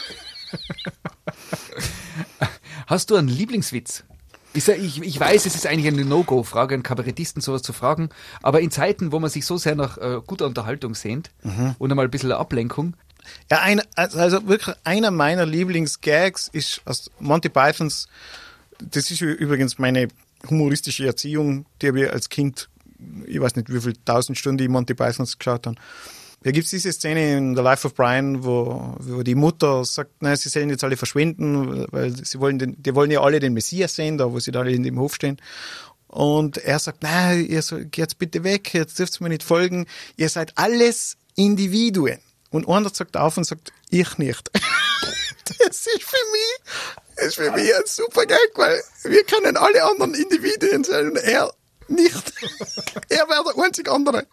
Hast du einen Lieblingswitz? Ich weiß, es ist eigentlich eine No-Go-Frage, einen Kabarettisten sowas zu fragen, aber in Zeiten, wo man sich so sehr nach guter Unterhaltung sehnt und einmal ein bisschen Ablenkung. Ja, also wirklich einer meiner Lieblingsgags ist aus Monty Pythons, das ist übrigens meine humoristische Erziehung, die habe ich als Kind, ich weiß nicht, wie viele 1000 Stunden die Monty Pythons geschaut habe. Da gibt's diese Szene in The Life of Brian, wo die Mutter sagt, nein, sie sollen jetzt alle verschwinden, weil die wollen ja alle den Messias sehen, da wo sie da alle in dem Hof stehen. Und er sagt, nein, geht jetzt bitte weg, jetzt dürft ihr mir nicht folgen, ihr seid alles Individuen. Und einer sagt auf und sagt, ich nicht. Das ist für mich ein super Gag, weil wir können alle anderen Individuen sein und er nicht. Er wäre der einzig andere.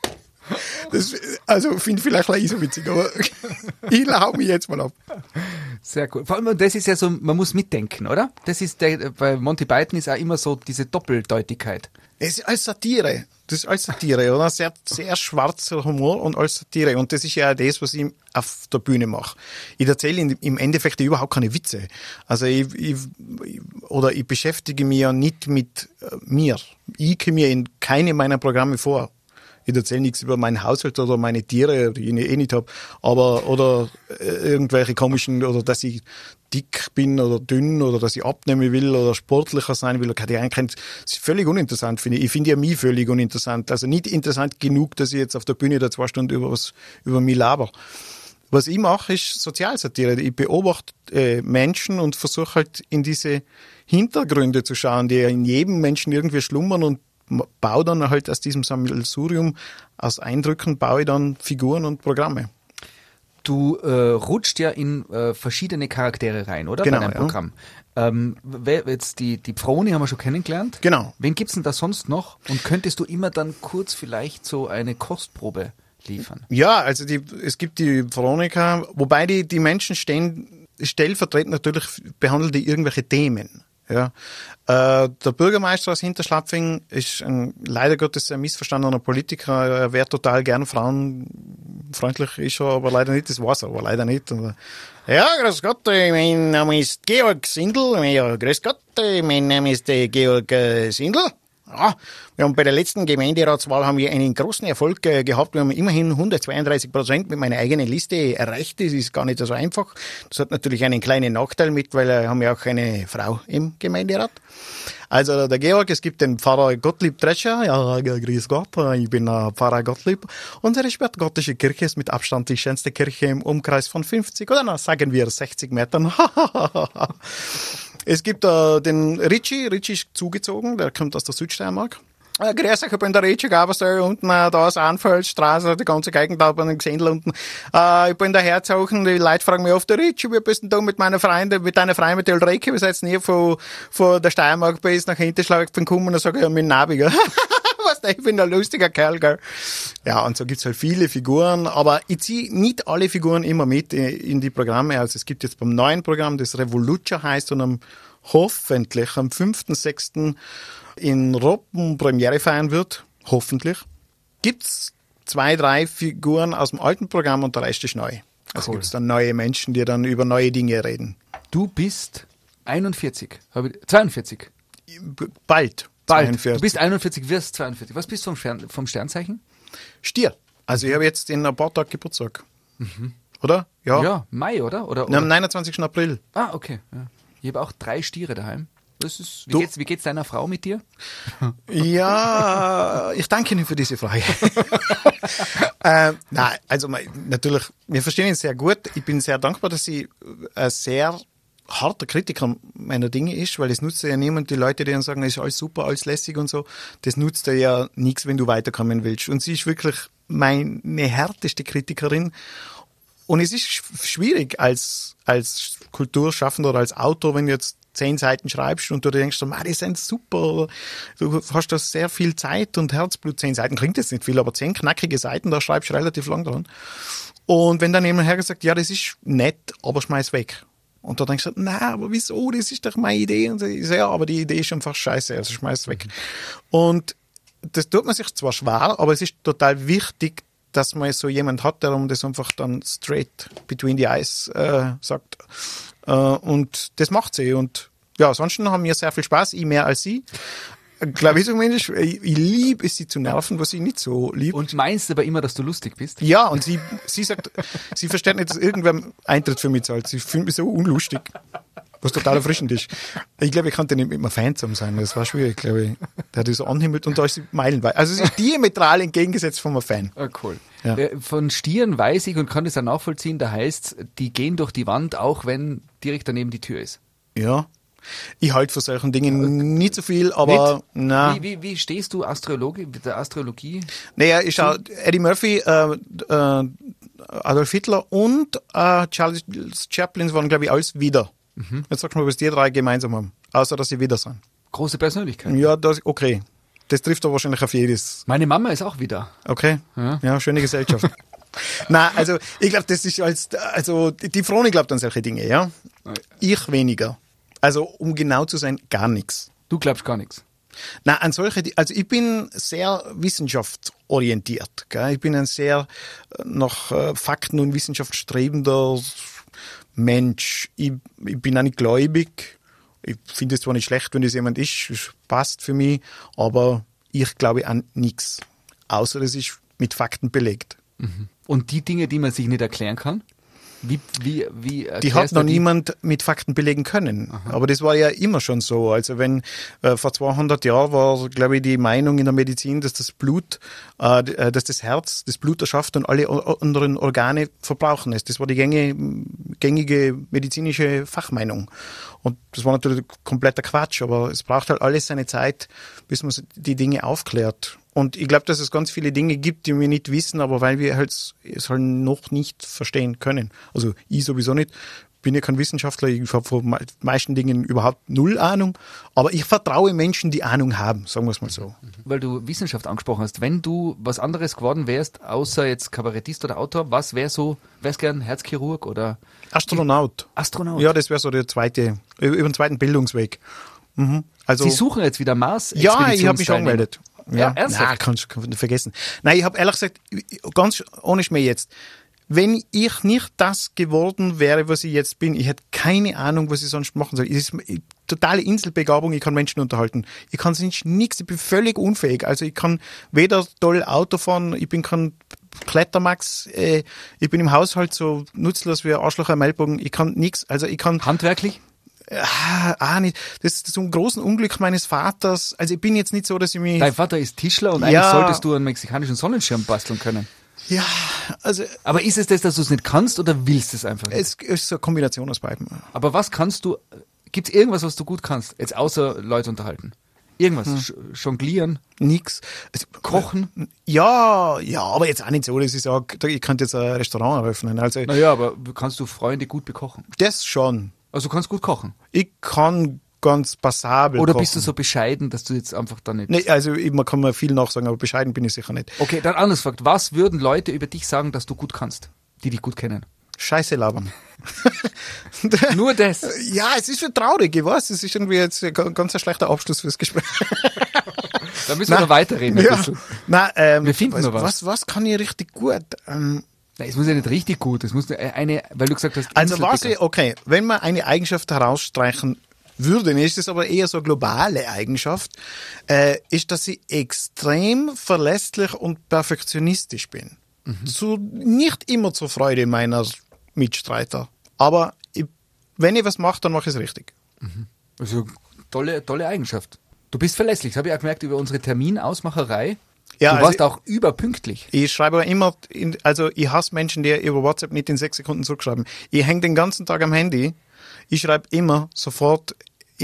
Also finde ich vielleicht nicht so witzig, aber ich hau mich jetzt mal ab. Sehr cool. Vor allem, das ist ja so, man muss mitdenken, oder? Das ist bei Monty Python ist auch immer so diese Doppeldeutigkeit. Es ist als Satire. Das ist als Satire, oder? Sehr, sehr schwarzer Humor und als Satire. Und das ist ja auch das, was ich auf der Bühne mache. Ich erzähle im Endeffekt überhaupt keine Witze. Also ich beschäftige mich ja nicht mit mir. Ich komme mir in keine meiner Programme vor. Ich erzähle nichts über meinen Haushalt oder meine Tiere, die ich nicht habe, oder irgendwelche komischen, oder dass ich dick bin oder dünn oder dass ich abnehmen will oder sportlicher sein will. Das ist völlig uninteressant, finde ich. Ich finde ja mich völlig uninteressant. Also nicht interessant genug, dass ich jetzt auf der Bühne da 2 Stunden über mich laber. Was ich mache, ist Sozialsatire. Ich beobachte Menschen und versuche halt in diese Hintergründe zu schauen, die ja in jedem Menschen irgendwie schlummern, und baue dann halt aus diesem Sammelsurium, aus Eindrücken, baue ich dann Figuren und Programme. Du rutscht ja in verschiedene Charaktere rein, oder? Genau, bei deinem Programm. Jetzt die Pfroni haben wir schon kennengelernt. Genau. Wen gibt's denn da sonst noch? Und könntest du immer dann kurz vielleicht so eine Kostprobe liefern? Ja, also es gibt die Veronika, wobei die Menschen stellvertretend natürlich behandeln die irgendwelche Themen. Ja. Der Bürgermeister aus Hinterschlapfing ist leider Gottes ein missverstandener Politiker. Er wäre total gern frauenfreundlich, ist er aber leider nicht, das weiß er aber leider nicht. Und, ja, grüß Gott, mein Name ist Georg Sindel. Ja, grüß Gott, mein Name ist Georg Sindel. Ja, wir haben bei der letzten Gemeinderatswahl haben wir einen großen Erfolg gehabt. Wir haben immerhin 132% mit meiner eigenen Liste erreicht. Das ist gar nicht so einfach. Das hat natürlich einen kleinen Nachteil mit, weil wir haben ja auch eine Frau im Gemeinderat. Also der Georg, es gibt den Pfarrer Gottlieb Drescher. Ja, grüß Gott, ich bin Pfarrer Gottlieb. Unsere spätgotische Kirche ist mit Abstand die schönste Kirche im Umkreis von 50 oder na, sagen wir 60 Metern. Es gibt den Ritchie ist zugezogen, der kommt aus der Südsteiermark. Grüß euch, ich bin der Ritchie Gabersdorf, unten da ist Anfeldstraße, die ganze Gegend da bei den Gesendel unten. Ich bin der Herzogchen, die Leute fragen mich oft, der Ritchie, wie bist denn du mit deiner Freundin, mit der Ulrike, wir sind jetzt nie von der Steiermark bis nach Hinterschlag gekommen, und dann sage ich, ja, mit Nabiger. Ich bin ein lustiger Kerl, gell. Ja, und so gibt's halt viele Figuren, aber ich ziehe nicht alle Figuren immer mit in die Programme. Also es gibt jetzt beim neuen Programm, das Revolution heißt, und hoffentlich am 5.6. in Roppen Premiere feiern wird, hoffentlich, gibt's 2, 3 Figuren aus dem alten Programm und der Rest ist neu. Also Cool. gibt's dann neue Menschen, die dann über neue Dinge reden. Du bist 42. Bald. Bald. 42. Du bist 41, wirst 42. Was bist du vom Sternzeichen? Stier. Also ich habe jetzt in ein paar Tagen Geburtstag. Oder? Ja, Mai, oder? Am 29. April. Ah, okay. Ja. Ich habe auch 3 Stiere daheim. Das ist, Du- wie geht's deiner Frau mit dir? Ja, ich danke Ihnen für diese Frage. Nein, also natürlich, wir verstehen ihn sehr gut. Ich bin sehr dankbar, dass sie ein sehr harter Kritiker meiner Dinge ist, weil es nutzt ja niemand, die Leute, die dann sagen, es ist alles super, alles lässig und so, das nutzt ja nichts, wenn du weiterkommen willst. Und sie ist wirklich meine härteste Kritikerin. Und es ist schwierig als Kulturschaffender oder als Autor, wenn du jetzt 10 Seiten schreibst und du denkst, die sind super, du hast da sehr viel Zeit und Herzblut. 10 Seiten klingt jetzt nicht viel, aber 10 knackige Seiten, da schreibst du relativ lang dran. Und wenn dann jemand hergesagt, ja, das ist nett, aber schmeiß weg. Und da denkst du, na, aber wieso, das ist doch meine Idee. Und ich so, ja, aber die Idee ist schon fast scheiße, also schmeiß weg. Und das tut man sich zwar schwer, aber es ist total wichtig, dass man so jemand hat, der um das einfach dann straight between the eyes sagt. Und das macht sie. Und ja, ansonsten haben wir sehr viel Spaß, ich mehr als sie. Glaube ich zumindest. Ich liebe es, sie zu nerven, was ich nicht so liebe. Und meinst aber immer, dass du lustig bist? Ja, und sie sagt, sie versteht nicht, dass irgendwer Eintritt für mich zahlt. Sie findet mich so unlustig. Was total erfrischend ist. Ich glaube, ich konnte nicht mit einem Fan zusammen sein. Das war schwierig, glaube ich. Der hat das so anhimmelt und da ist sie meilenweit. Also es ist diametral entgegengesetzt von einem Fan. Ah, cool. Ja. Von Stieren weiß ich und kann das auch nachvollziehen, da heißt, die gehen durch die Wand, auch wenn direkt daneben die Tür ist. Ja. Ich halte von solchen Dingen nicht so viel, aber na. Wie stehst du mit der Astrologie? Naja, ich schau, Eddie Murphy, Adolf Hitler und Charles Chaplin waren, glaube ich, alles wieder. Jetzt sag mal, was die 3 gemeinsam haben. Außer, dass sie wieder sind. Große Persönlichkeit. Ja, okay. Das trifft doch wahrscheinlich auf jedes. Meine Mama ist auch wieder. Okay. Ja, schöne Gesellschaft. Nein, also, ich glaube, das ist die Froni glaubt an solche Dinge, ja. Ich weniger. Also, um genau zu sein, gar nichts. Du glaubst gar nichts. Nein, an solche, also ich bin sehr wissenschaftsorientiert. Gell? Ich bin ein sehr nach Fakten und Wissenschaft strebender Mensch. Ich bin auch nicht gläubig. Ich finde es zwar nicht schlecht, wenn das jemand ist, es passt für mich, aber ich glaube an nichts. Außer es ist mit Fakten belegt. Und die Dinge, die man sich nicht erklären kann? Wie Die erklärst hat noch du niemand mit Fakten belegen können. Aha. Aber das war ja immer schon so. Also wenn vor 200 Jahren war, glaube ich, die Meinung in der Medizin, dass das Blut, dass das Herz das Blut erschafft und alle anderen Organe verbrauchen es. Das war die gängige medizinische Fachmeinung. Und das war natürlich kompletter Quatsch, aber es braucht halt alles seine Zeit, bis man die Dinge aufklärt. Und ich glaube, dass es ganz viele Dinge gibt, die wir nicht wissen, aber weil wir es halt noch nicht verstehen können. Also ich sowieso nicht, bin ja kein Wissenschaftler, ich habe von meisten Dingen überhaupt null Ahnung, aber ich vertraue Menschen, die Ahnung haben, sagen wir es mal so. Weil du Wissenschaft angesprochen hast, wenn du was anderes geworden wärst, außer jetzt Kabarettist oder Autor, was wärst gern Herzchirurg oder? Astronaut. Astronaut? Ja, das wäre so über den zweiten Bildungsweg. Also, Sie suchen jetzt wieder Mars? Ja, ich habe mich schon angemeldet. Ja, ernsthaft? Nein, kannst du nicht vergessen. Nein, ich habe ehrlich gesagt, ganz ohne Schmäh jetzt, wenn ich nicht das geworden wäre, was ich jetzt bin, ich hätte keine Ahnung, was ich sonst machen soll. totale Inselbegabung, ich kann Menschen unterhalten. Ich kann sonst nichts, ich bin völlig unfähig. Also ich kann weder toll Auto fahren, ich bin kein Klettermax, ich bin im Haushalt so nutzlos wie ein Arschloch am Ellbogen, ich kann nichts, also ich kann... Handwerklich? Nicht. Das ist so ein großen Unglück meines Vaters. Also ich bin jetzt nicht so, dass ich mich... Dein Vater ist Tischler und eigentlich solltest du einen mexikanischen Sonnenschirm basteln können. Ja, also... Aber ist es das, dass du es nicht kannst oder willst es einfach nicht? Es ist so eine Kombination aus beiden. Aber was kannst du... Gibt es irgendwas, was du gut kannst? Jetzt außer Leute unterhalten. Irgendwas. Jonglieren. Nix. Also, Kochen. Ja, aber jetzt auch nicht so, dass ich sage, ich könnte jetzt ein Restaurant eröffnen. Also, Naja, aber kannst du Freunde gut bekochen? das schon. Also du kannst gut kochen. Ich kann ganz passabel Oder kochen. bist du so bescheiden, dass du jetzt einfach da nicht... Nee, also man kann mir viel nachsagen, aber bescheiden bin ich sicher nicht. Okay, dann anders gefragt. Was würden Leute über dich sagen, dass du gut kannst? Die dich gut kennen. Scheiße labern. Nur das. Ja, es ist schon traurig, ich weiß. Es ist irgendwie jetzt ein ganz schlechter Abschluss fürs Gespräch. Da müssen wir noch weiterreden ein bisschen. Nein, Wir finden noch was. Was kann ich richtig gut? Nein, es muss ja nicht richtig gut. Es muss eine, weil du gesagt hast, Also was Inselbegabung. ich, okay, wenn man eine Eigenschaft herausstreichen würde, ist es aber eher so eine globale Eigenschaft, ist, dass ich extrem verlässlich und perfektionistisch bin. Nicht immer zur Freude meiner Mitstreiter, aber wenn ich was mache, dann mache ich es richtig. Also tolle Eigenschaft. Du bist verlässlich. Das habe ich auch gemerkt über unsere Terminausmacherei. Ja, Du also warst auch überpünktlich. ich schreibe aber immer, also ich hasse Menschen, die über WhatsApp nicht in 6 Sekunden zurückschreiben. Ich hänge den ganzen Tag am Handy, ich schreibe immer sofort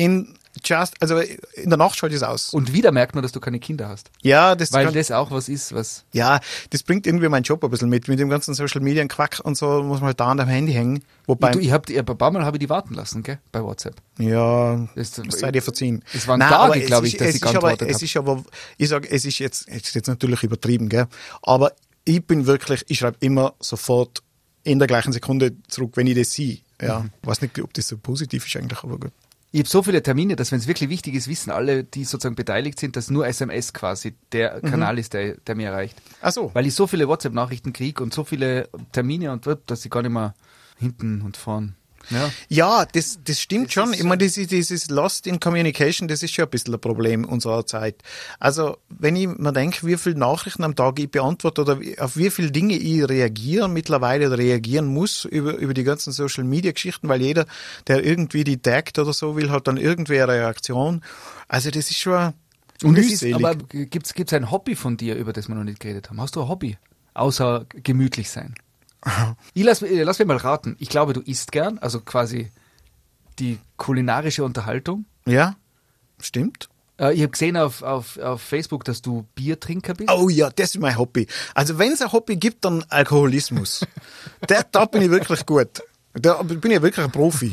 also in der Nacht schalte ich es aus. Und wieder merkt man, dass du keine Kinder hast. Ja, das Weil das auch was ist, was... ja, das bringt irgendwie meinen Job ein bisschen mit dem ganzen Social Media Quack und so muss man halt da an dem Handy hängen. Wobei, Ein paar Mal habe ich die warten lassen, gell? Bei WhatsApp. ja, Das sei dir verziehen. Es waren Nein, Tage, aber glaube ich, dass ich geantwortet habe. Es ist aber, ich sage, es ist jetzt natürlich übertrieben, gell? Aber ich bin wirklich, ich schreibe immer sofort in der gleichen Sekunde zurück, wenn ich das sehe. Ja, weiß nicht, ob das so positiv ist eigentlich, aber gut. Ich habe so viele Termine, dass wenn es wirklich wichtig ist, wissen alle, die sozusagen beteiligt sind, dass nur SMS quasi der Kanal ist, der mir erreicht. Ach so. Weil ich so viele WhatsApp-Nachrichten kriege und so viele Termine und dass ich gar nicht mehr hinten und vorn. Ja. Ja, das stimmt schon. Ich meine, dieses Lost in Communication, das ist schon ein bisschen ein Problem unserer Zeit. Also, wenn ich mir denke, wie viele Nachrichten am Tag ich beantworte oder auf wie viele Dinge ich reagiere mittlerweile oder reagieren muss über die ganzen Social Media Geschichten, weil jeder, der irgendwie die taggt oder so will, hat dann irgendwie eine Reaktion. Also, das ist schon mühselig. Aber gibt's ein Hobby von dir, über das wir noch nicht geredet haben? Hast du ein Hobby? Außer gemütlich sein? Lass mich mal raten. Ich glaube, du isst gern, also quasi die kulinarische Unterhaltung. Ja, stimmt. Ich habe gesehen auf Facebook, dass du Biertrinker bist. Oh ja, das ist mein Hobby. Also wenn es ein Hobby gibt, dann Alkoholismus. Da bin ich wirklich gut. Da bin ich wirklich ein Profi.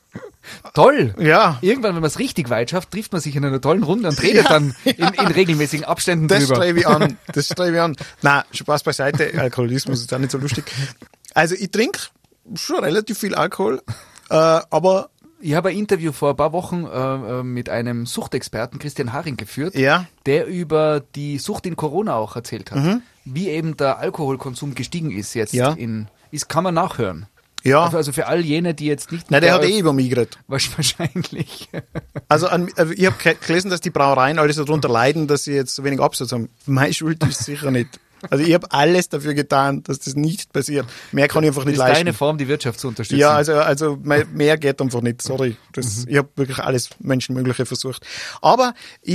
Toll! Ja. Irgendwann, wenn man es richtig weit schafft, trifft man sich in einer tollen Runde und redet dann in regelmäßigen Abständen Das drüber. strebe ich an. Nein, Spaß beiseite. Alkoholismus ist auch nicht so lustig. Also ich trinke schon relativ viel Alkohol, aber Ich habe ein Interview vor ein paar Wochen mit einem Suchtexperten, Christian Haring, geführt, ja, der über die Sucht in Corona auch erzählt hat. Wie eben der Alkoholkonsum gestiegen ist jetzt. Ja. Kann man nachhören. ja. Also für all jene, die jetzt nicht... Nein, der hat über mich geredet. Wahrscheinlich. Also ich habe gelesen, dass die Brauereien alle so darunter leiden, dass sie jetzt so wenig Absatz haben. Meine Schuld ist sicher nicht. Also ich habe alles dafür getan, dass das nicht passiert. Mehr kann ich einfach Das nicht ist leisten. deine Form, die Wirtschaft zu unterstützen. Ja, also mehr geht einfach nicht. Sorry. Ich habe wirklich alles Menschenmögliche versucht. Aber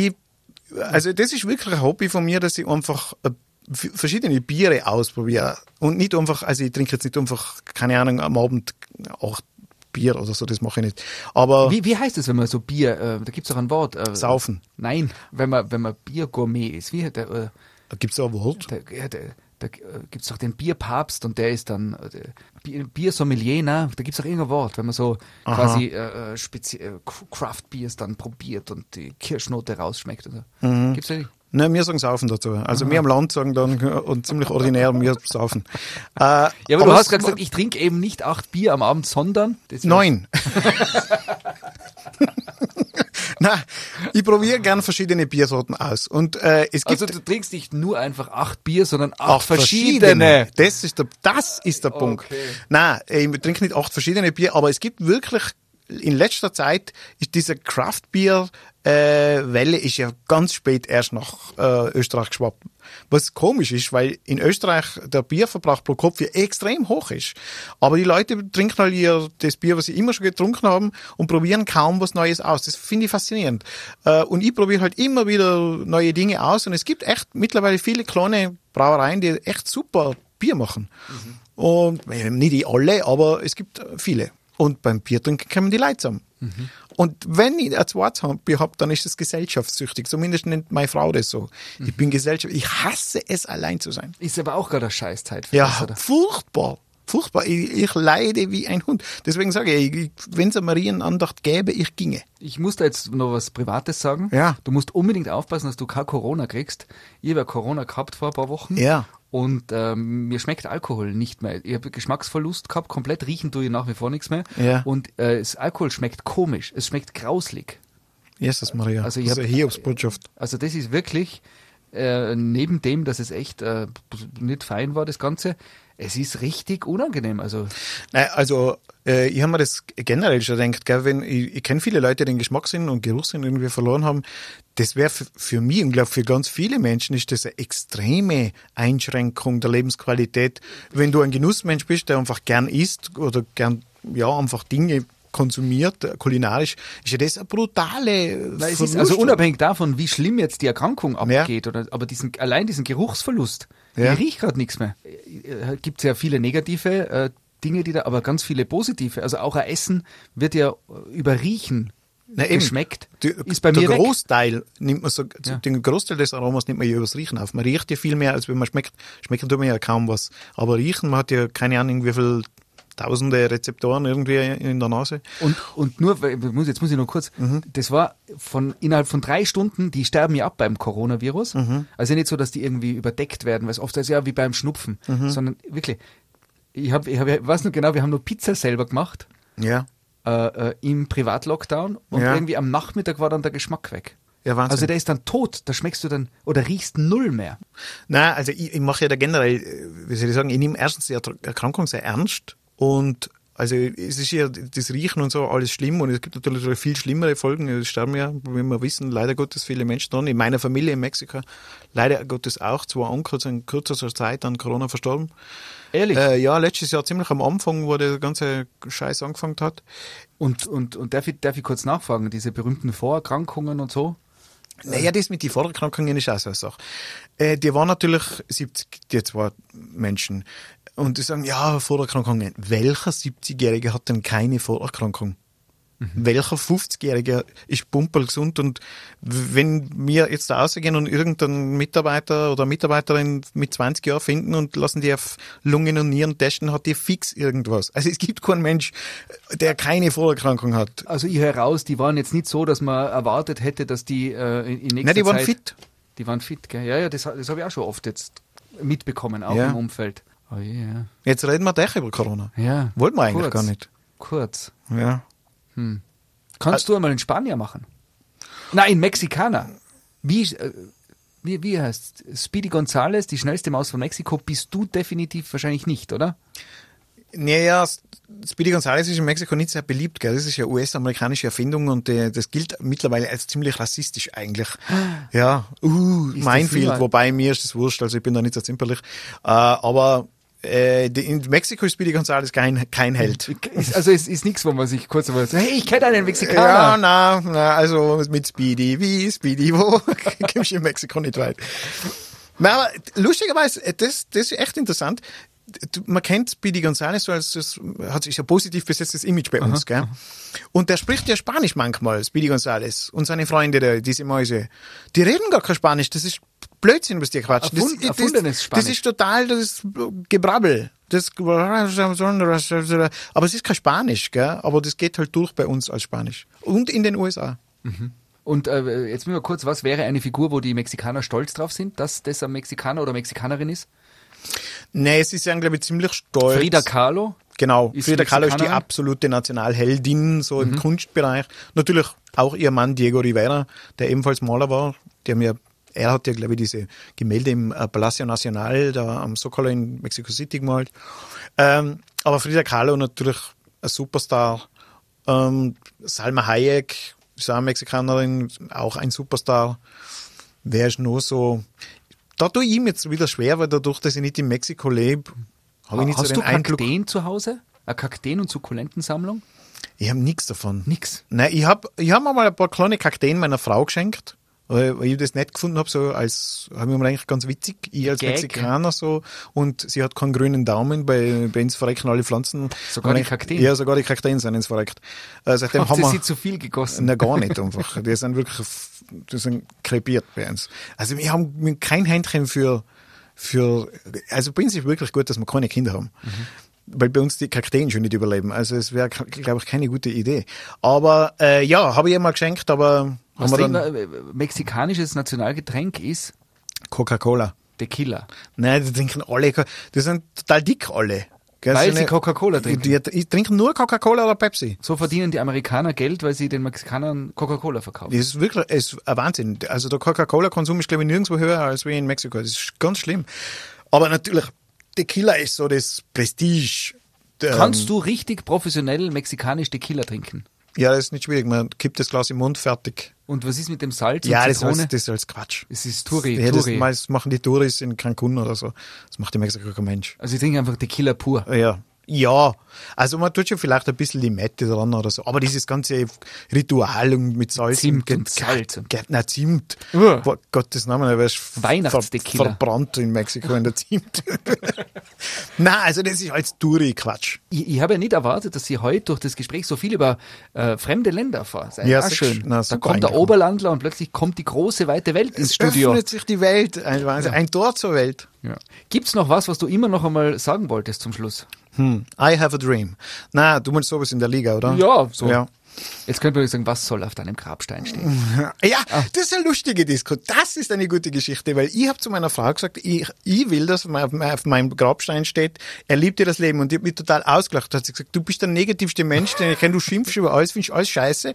also das ist wirklich ein Hobby von mir, dass ich einfach verschiedene Biere ausprobiere. Und nicht einfach, also ich trinke jetzt nicht einfach, keine Ahnung, am Abend 8 Bier oder so, das mache ich nicht. Aber Wie heißt es, wenn man so Bier, da gibt es auch ein Wort. saufen. Nein, wenn man Biergourmet ist. Da gibt es auch ein Wort. Da gibt es doch den Bierpapst und der ist dann Biersommelier, ne? Da gibt es auch irgendein Wort, wenn man so quasi Craft-Biers dann probiert und die Kirschnote rausschmeckt. Oder? Gibt's da nicht? Nein, wir sagen saufen dazu. Also wir am Land sagen dann, und ziemlich ordinär, wir saufen. Ja, aber du hast gerade gesagt, ich trinke eben nicht 8 Bier am Abend, sondern... 9. Nein, ich probiere gern verschiedene Biersorten aus. Und es gibt Also du trinkst nicht nur einfach 8 Bier, sondern 8 8 verschiedene. Das ist der Punkt. Okay. Nein, ich trinke nicht 8 verschiedene Bier, aber es gibt wirklich in letzter Zeit ist diese Craft-Bier-Welle ist ja ganz spät erst nach Österreich geschwappt. Was komisch ist, weil in Österreich der Bierverbrauch pro Kopf ja extrem hoch ist. Aber die Leute trinken halt das Bier, was sie immer schon getrunken haben und probieren kaum was Neues aus. Das finde ich faszinierend. Und ich probiere halt immer wieder neue Dinge aus und es gibt echt mittlerweile viele kleine Brauereien, die echt super Bier machen. Und nicht alle, aber es gibt viele. Und beim Biertrinken kommen die Leute zusammen. Und wenn ich ein zweites Bier habe, dann ist das gesellschaftssüchtig. Zumindest nennt meine Frau das so. Ich bin gesellschaftlich. Ich hasse es, allein zu sein. Ist aber auch gerade eine Scheißzeit. Für Ja, das, oder? furchtbar. Furchtbar. Ich leide wie ein Hund. Deswegen sage ich, wenn es eine Marienandacht gäbe, ich ginge. Ich muss da jetzt noch was Privates sagen. Ja. Du musst unbedingt aufpassen, dass du kein Corona kriegst. Ich habe ja Corona gehabt vor ein paar Wochen. Ja. Und mir schmeckt Alkohol nicht mehr. Ich habe Geschmacksverlust gehabt, komplett riechen tue ich nach wie vor nichts mehr. Ja. Und das Alkohol schmeckt komisch. Es schmeckt grauslig. Jesus Maria. Also ich das ist hab- eine Hiobsbotschaft. Also das ist wirklich, neben dem, dass es echt nicht fein war, das Ganze, es ist richtig unangenehm. Also Also, ich habe mir das generell schon gedacht, gell, wenn ich kenne viele Leute, die den Geschmackssinn und Geruchssinn irgendwie verloren haben. Das wäre für mich und glaube für ganz viele Menschen ist das eine extreme Einschränkung der Lebensqualität. Wenn du ein Genussmensch bist, der einfach gern isst oder gern einfach Dinge konsumiert, kulinarisch, ist ja das eine brutale es ist Verlust. also unabhängig davon, wie schlimm jetzt die Erkrankung abgeht, aber allein diesen Geruchsverlust, Ja. ich riech gerade nichts mehr. Gibt es ja viele negative Dinge, aber ganz viele positive. Also auch ein Essen wird ja über Riechen Na eben. geschmeckt. Der Ist bei mir weg. Großteil nimmt man Ja. den Großteil des Aromas nimmt man ja übers Riechen auf. Man riecht ja viel mehr, als wenn man schmeckt. Schmecken tut man ja kaum was. Aber riechen, man hat ja keine Ahnung, wie viel tausende Rezeptoren irgendwie in der Nase. Und nur, jetzt muss ich noch kurz, das war innerhalb von 3 Stunden, die sterben ja ab beim Coronavirus. Also nicht so, dass die irgendwie überdeckt werden, weil es oft ist ja wie beim Schnupfen, sondern wirklich, ich weiß noch genau, wir haben nur Pizza selber gemacht, Ja. im Privatlockdown und Ja. irgendwie am Nachmittag war dann der Geschmack weg. Ja, Wahnsinn. Also der ist dann tot, da schmeckst du dann oder riechst null mehr. Nein, also ich mache ja da generell, wie soll ich sagen, ich nehme erstens die Erkrankung sehr ernst und also es ist ja das Riechen und so alles schlimm und es gibt natürlich viel schlimmere Folgen. Es sterben ja, wie wir wissen, leider Gottes viele Menschen dran. In meiner Familie in Mexiko leider Gottes auch 2 Onkel sind in kürzester Zeit an Corona verstorben. Ehrlich? Ja, letztes Jahr ziemlich am Anfang, wo der ganze Scheiß angefangen hat. Und darf ich kurz nachfragen, diese berühmten Vorerkrankungen und so? Naja, das mit den Vorerkrankungen ist auch so eine Sache. Die waren natürlich 70, die 2 Menschen. Und die sagen, ja, Vorerkrankungen. Welcher 70-Jährige hat denn keine Vorerkrankung? Welcher 50-Jährige ist pumperlgesund? Und wenn wir jetzt da rausgehen und irgendeinen Mitarbeiter oder Mitarbeiterin mit 20 Jahren finden und lassen die auf Lungen und Nieren testen, hat die fix irgendwas. Also es gibt keinen Mensch, der keine Vorerkrankung hat. Also ich höre raus, die waren jetzt nicht so, dass man erwartet hätte, dass die in nächster Nein, die waren Zeit... fit. Die waren fit, gell? Ja, das habe ich auch schon oft jetzt mitbekommen, auch Ja. im Umfeld. Oh yeah. Jetzt reden wir doch über Corona. Ja. Wollten wir eigentlich Kurz. gar nicht. Kurz. Ja. Kannst du einmal in Spanier machen? Nein, in Mexikaner. Wie heißt Speedy Gonzales, die schnellste Maus von Mexiko, bist du definitiv wahrscheinlich nicht, oder? Naja, Speedy Gonzales ist in Mexiko nicht sehr beliebt, gell? Das ist ja US-amerikanische Erfindung und das gilt mittlerweile als ziemlich rassistisch eigentlich. Ja, Ist Minefield, das wobei mir ist das wurscht, also ich bin da nicht so zimperlich. Aber in Mexiko ist Speedy Gonzales kein Held. Also es ist nichts, wo man sich kurz einmal sagt, hey, ich kenne einen Ja, Mexikaner. na, also mit Speedy, wie Speedy, wo kommst du in Mexiko nicht weit. Na, aber lustigerweise, das ist echt interessant. Man kennt Speedy Gonzales so als, das hat sich ein positiv besetztes Image bei uns, gell? Und der spricht ja Spanisch manchmal, Speedy Gonzales und seine Freunde, diese Mäuse. Die reden gar kein Spanisch, das ist Blödsinn, was die quatschen. Erfundenes Spanisch. Das ist total, das ist Gebrabbel. Aber es ist kein Spanisch, gell? Aber das geht halt durch bei uns als Spanisch. Und in den USA. Und jetzt müssen wir kurz, was wäre eine Figur, wo die Mexikaner stolz drauf sind, dass das ein Mexikaner oder Mexikanerin ist? Nee, sie sind, glaube ich, ziemlich stolz. Frida Kahlo? Genau, Ist Frida Kahlo ist die Mexikanerin? absolute Nationalheldin, so im Kunstbereich. Natürlich auch ihr Mann Diego Rivera, der ebenfalls Maler war. Er hat ja, glaube ich, diese Gemälde im Palacio Nacional, da am Zócalo in Mexico City gemalt. Aber Frida Kahlo natürlich ein Superstar. Salma Hayek ist auch eine Mexikanerin, auch ein Superstar. Wer ist noch so? Da tue ich mir jetzt wieder schwer, weil dadurch, dass ich nicht in Mexiko lebe, habe ich nicht Hast so du den Eindruck. Kakteen zu Hause? Eine Kakteen- und Sukkulentensammlung? Ich habe nichts davon. Nix. Nein, ich hab mal ein paar kleine Kakteen meiner Frau geschenkt, weil ich das nett gefunden habe, so als, habe ich mir eigentlich ganz witzig, ich als Gag, Mexikaner so, und sie hat keinen grünen Daumen, bei uns verrecken alle Pflanzen. Sogar die Und Kakteen? Ja, sogar die Kakteen sind ins verreckt. Seitdem Habt haben ihr wir, sie zu viel gegossen? na gar nicht einfach, die sind wirklich, die sind krepiert bei uns. Also wir haben kein Händchen für, also bei uns ist wirklich gut, dass wir keine Kinder haben. Weil bei uns die Kakteen schon nicht überleben. Also es wäre, glaube ich, keine gute Idee. Aber ja, habe ich ihr mal geschenkt, aber Was haben wir dann mexikanisches Nationalgetränk ist Coca-Cola. Tequila. Nein, die trinken alle, die sind total dick alle. Gell? Weil So sie Coca-Cola trinken. Die trinken nur Coca-Cola oder Pepsi. So verdienen die Amerikaner Geld, weil sie den Mexikanern Coca-Cola verkaufen. Das ist wirklich, es ist ein Wahnsinn. Also der Coca-Cola-Konsum ist, glaube ich, nirgendwo höher als wie in Mexiko. Das ist ganz schlimm. Aber natürlich, Tequila ist so das Prestige. Kannst du richtig professionell mexikanisch Tequila trinken? Ja, das ist nicht schwierig. Man kippt das Glas im Mund, fertig. Und was ist mit dem Salz Ja, und das Zitrone? ist alles Quatsch. Es ist Turi. Das machen die Touris in Cancun oder so. Das macht in Mexiko kein Mensch. Also ich trinke einfach Tequila pur. Ja, also man tut schon vielleicht ein bisschen Limette dran oder so, aber dieses ganze Ritual und mit Salz Zimt und Salz. Nein, Zimt. Uah. Gottes Namen, er wäre Weihnachtstequila. verbrannt in Mexiko in der Zimt. Nein, also das ist als Touri-Quatsch. Ich habe ja nicht erwartet, dass Sie heute durch das Gespräch so viel über fremde Länder erfahren. Ja, auch schön. na, Da super kommt der eigentlich. Oberlandler und plötzlich kommt die große, weite Welt ins Es Studio. öffnet sich die Welt, ein Tor zur Welt. Ja. Gibt's noch was du immer noch einmal sagen wolltest zum Schluss? I have a dream. Na, du meinst sowas in der Liga, oder? Ja, so. Ja. Jetzt könnte man sagen, was soll auf deinem Grabstein stehen? Ja, das ist eine lustige Disco. Das ist eine gute Geschichte, weil ich habe zu meiner Frau gesagt, ich will, dass auf meinem Grabstein steht, er liebt dir das Leben. Und die hat mich total ausgelacht. Da hat sie gesagt, du bist der negativste Mensch, den ich kenne, du schimpfst über alles, findest alles scheiße.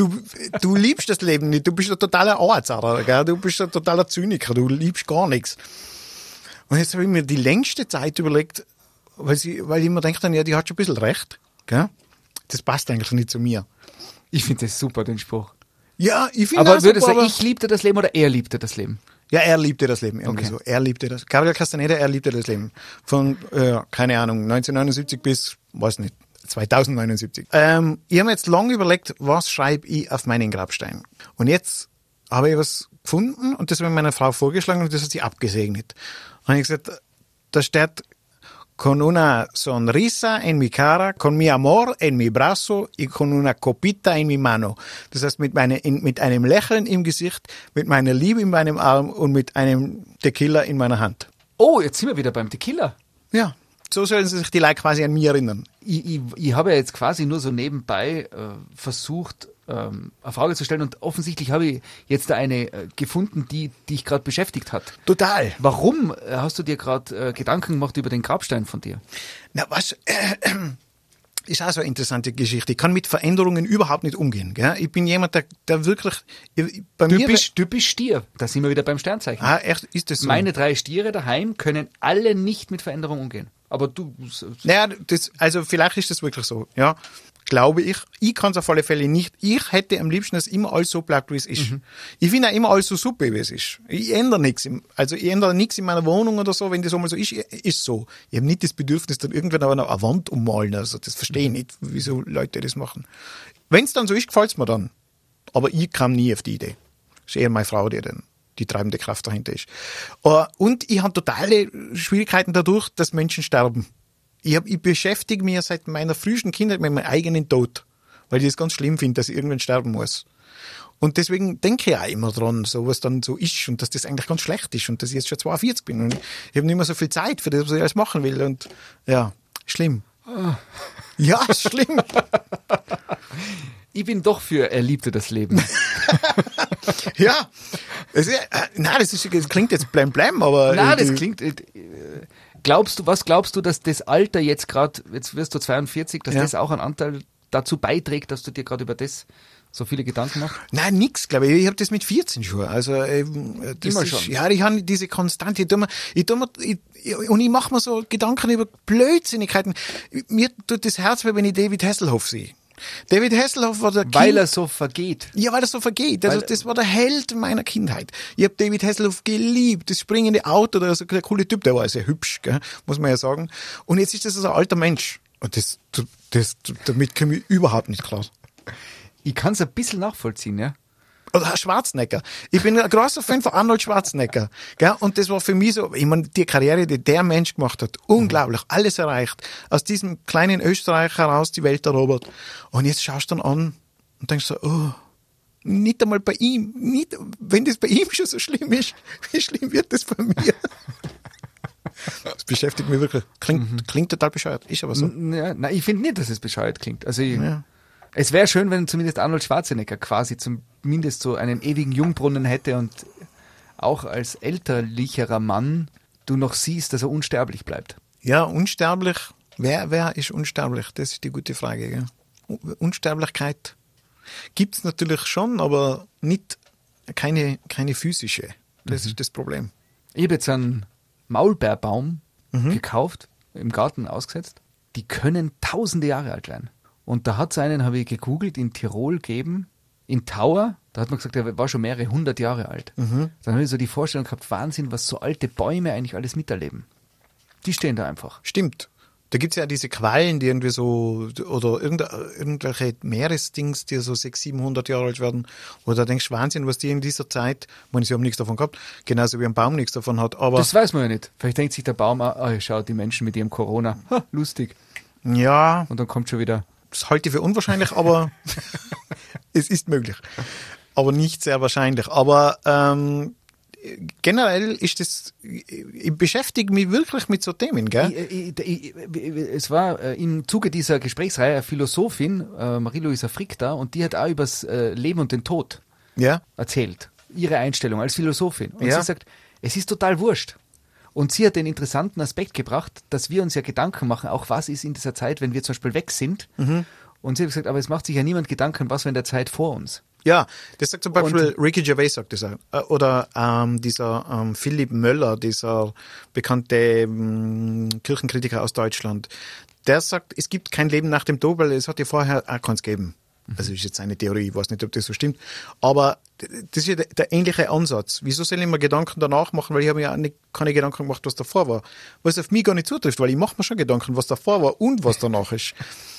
Du liebst das Leben nicht, du bist ein totaler Arzarrer, gell? Du bist ein totaler Zyniker, du liebst gar nichts. Und jetzt habe ich mir die längste Zeit überlegt, weil ich mir denke dann, ja, die hat schon ein bisschen recht, gell? Das passt eigentlich nicht zu mir. Ich finde das super, den Spruch. Ja, ich finde Aber auch würde super, sagen, ich liebte das Leben oder er liebte das Leben? Ja, er liebte das Leben, irgendwie Okay. so. Er liebte das. Gabriel Castaneda, er liebte das Leben. Von, keine Ahnung, 1979 bis, weiß nicht, 2079. Ich habe mir jetzt lange überlegt, was schreibe ich auf meinen Grabstein? Und jetzt habe ich was gefunden und das habe ich meiner Frau vorgeschlagen und das hat sie abgesegnet. Und ich gesagt, da steht, con una sonrisa en mi cara, con mi amor en mi brazo y con una copita en mi mano. Das heißt, mit einem Lächeln im Gesicht, mit meiner Liebe in meinem Arm und mit einem Tequila in meiner Hand. Oh, jetzt sind wir wieder beim Tequila. Ja, so sollen sich die Leute quasi an mich erinnern. Ich habe ja jetzt quasi nur so nebenbei versucht, eine Frage zu stellen und offensichtlich habe ich jetzt da eine gefunden, die dich gerade beschäftigt hat. Total. Warum hast du dir gerade Gedanken gemacht über den Grabstein von dir? Na, was? Ist auch so eine interessante Geschichte. Ich kann mit Veränderungen überhaupt nicht umgehen. Gell? Ich bin jemand, der wirklich... Bei mir Typisch Stier. Da sind wir wieder beim Sternzeichen. echt, ist das so? Meine 3 Stiere daheim können alle nicht mit Veränderung umgehen. Aber du... Naja, also vielleicht ist das wirklich so, ja. Glaube ich. Ich kann es auf alle Fälle nicht. Ich hätte am liebsten, dass immer alles so bleibt, wie es ist. Ich finde auch immer alles so super, wie es ist. Ich ändere nichts. Also ich ändere nichts in meiner Wohnung oder so, wenn das einmal so ist so. Ich habe nicht das Bedürfnis, dann irgendwann aber noch eine Wand ummalen. Also das verstehe ich nicht, wieso Leute das machen. Wenn es dann so ist, gefällt es mir dann. Aber ich kam nie auf die Idee. Das ist eher meine Frau, die treibende Kraft dahinter ist. Und ich habe totale Schwierigkeiten dadurch, dass Menschen sterben. Ich beschäftige mich seit meiner frühesten Kindheit mit meinem eigenen Tod, weil ich es ganz schlimm finde, dass ich irgendwann sterben muss. Und deswegen denke ich auch immer dran, so was dann so ist und dass das eigentlich ganz schlecht ist und dass ich jetzt schon 42 bin und ich habe nicht mehr so viel Zeit für das, was ich alles machen will und ja, schlimm. Ja, schlimm. Ich bin doch für er liebte das Leben. Ja, das klingt jetzt blam, aber... Nein, das klingt... was glaubst du, dass das Alter jetzt gerade, jetzt wirst du 42, dass das auch einen Anteil dazu beiträgt, dass du dir gerade über das so viele Gedanken machst? Nein, nix, glaube ich. Ich habe das mit 14 schon. Also, das immer ist, schon. Ja, ich habe diese Konstante. Und ich mache mir so Gedanken über Blödsinnigkeiten. Mir tut das Herz weh, wenn ich David Hasselhoff sehe. David Hasselhoff war der Weil er so vergeht. Ja, weil er so vergeht. Also, das war der Held meiner Kindheit. Ich habe David Hasselhoff geliebt. Das springende Auto, der ist ein cooler Typ, der war sehr hübsch, gell? Muss man ja sagen. Und jetzt ist das so ein alter Mensch. Und damit komme ich überhaupt nicht klar. Ich kann es ein bisschen nachvollziehen, ja. Oder Schwarzenegger. Ich bin ein großer Fan von Arnold Schwarzenegger. Gell? Und das war für mich so, ich meine, die Karriere, die der Mensch gemacht hat, unglaublich, alles erreicht. Aus diesem kleinen Österreich heraus die Welt erobert. Und jetzt schaust du dann an und denkst so, oh, nicht einmal bei ihm, nicht, wenn das bei ihm schon so schlimm ist, wie schlimm wird das bei mir? Das beschäftigt mich wirklich. Klingt total bescheuert, ist aber so. Ja, nein, ich finde nicht, dass es bescheuert klingt. Also Ja. es wäre schön, wenn zumindest Arnold Schwarzenegger quasi zumindest so einen ewigen Jungbrunnen hätte und auch als elterlicherer Mann du noch siehst, dass er unsterblich bleibt. Ja, unsterblich. Wer ist unsterblich? Das ist die gute Frage. Gell? Unsterblichkeit gibt's natürlich schon, aber nicht keine physische. Das ist das Problem. Ich habe jetzt einen Maulbeerbaum gekauft, im Garten ausgesetzt. Die können tausende Jahre alt werden. Und da hat es einen, habe ich gegoogelt, in Tirol gegeben, in Tauer. Da hat man gesagt, der war schon mehrere 100 Jahre alt. Dann habe ich so die Vorstellung gehabt, Wahnsinn, was so alte Bäume eigentlich alles miterleben. Die stehen da einfach. Stimmt. Da gibt's ja diese Quallen, die irgendwie so, oder irgendwelche Meeresdings, die so 600, 700 Jahre alt werden. Oder da denkst du, Wahnsinn, was die in dieser Zeit, ich meine, sie haben nichts davon gehabt, genauso wie ein Baum nichts davon hat. Aber Das weiß man ja nicht. Vielleicht denkt sich der Baum, schau, die Menschen mit ihrem Corona, lustig. ja, Und dann kommt schon wieder. das halte ich für unwahrscheinlich, aber es ist möglich. Aber nicht sehr wahrscheinlich. Aber generell ist das, ich beschäftige mich wirklich mit so Themen, gell? Es war im Zuge dieser Gesprächsreihe eine Philosophin, Marie-Louisa Frick da, und die hat auch über das Leben und den Tod Ja. erzählt. Ihre Einstellung als Philosophin. Und Ja. sie sagt, es ist total wurscht. Und sie hat den interessanten Aspekt gebracht, dass wir uns ja Gedanken machen, auch was ist in dieser Zeit, wenn wir zum Beispiel weg sind. Und sie hat gesagt, aber es macht sich ja niemand Gedanken, was war in der Zeit vor uns. Ja, das sagt zum Beispiel Ricky Gervais, sagt das auch. Oder dieser Philipp Möller, dieser bekannte Kirchenkritiker aus Deutschland, der sagt, es gibt kein Leben nach dem Tod, weil es hat ja vorher auch keins gegeben. Also ist jetzt eine Theorie, ich weiß nicht, ob das so stimmt. Aber das ist ja der ähnliche Ansatz. Wieso soll ich mir Gedanken danach machen, weil ich habe mir ja keine Gedanken gemacht, was davor war. Was auf mich gar nicht zutrifft, weil ich mache mir schon Gedanken, was davor war und was danach ist.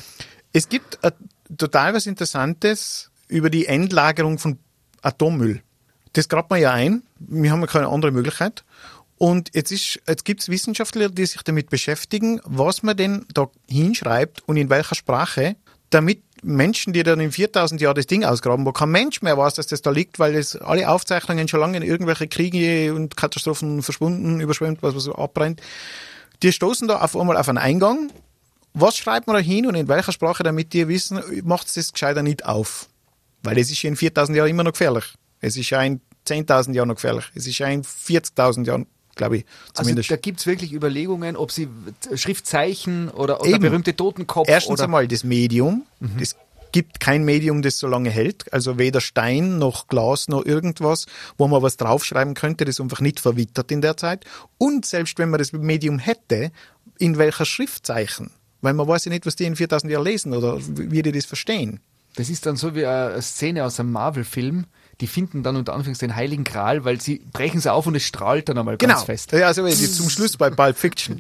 Es gibt total was Interessantes über die Endlagerung von Atommüll. Das grabt man ja ein. Wir haben ja keine andere Möglichkeit. Und jetzt gibt's Wissenschaftler, die sich damit beschäftigen, was man denn da hinschreibt und in welcher Sprache, damit Menschen, die dann in 4000 Jahren das Ding ausgraben, wo kein Mensch mehr weiß, dass das da liegt, weil das alle Aufzeichnungen schon lange in irgendwelche Kriege und Katastrophen verschwunden, überschwemmt, was so abbrennt, die stoßen da auf einmal auf einen Eingang. Was schreibt man da hin und in welcher Sprache, damit die wissen, macht es gescheiter nicht auf? Weil es ist ja in 4000 Jahren immer noch gefährlich. Es ist ja in 10.000 Jahren noch gefährlich. Es ist ja in 40.000 Jahren, glaube ich, zumindest. Also da gibt's wirklich Überlegungen, ob sie Schriftzeichen oder Eben. berühmte Totenkopf Erstens oder einmal das Medium. Es gibt kein Medium, das so lange hält. Also weder Stein noch Glas noch irgendwas, wo man was draufschreiben könnte, das einfach nicht verwittert in der Zeit. Und selbst wenn man das Medium hätte, in welcher Schriftzeichen? Weil man weiß ja nicht, was die in 4000 Jahren lesen oder wie die das verstehen. das ist dann so wie eine Szene aus einem Marvel-Film. Die finden dann unter Anführungszeichen den Heiligen Gral, weil sie brechen es auf und es strahlt dann einmal ganz fest. Ja, also zum Schluss bei Pulp Fiction.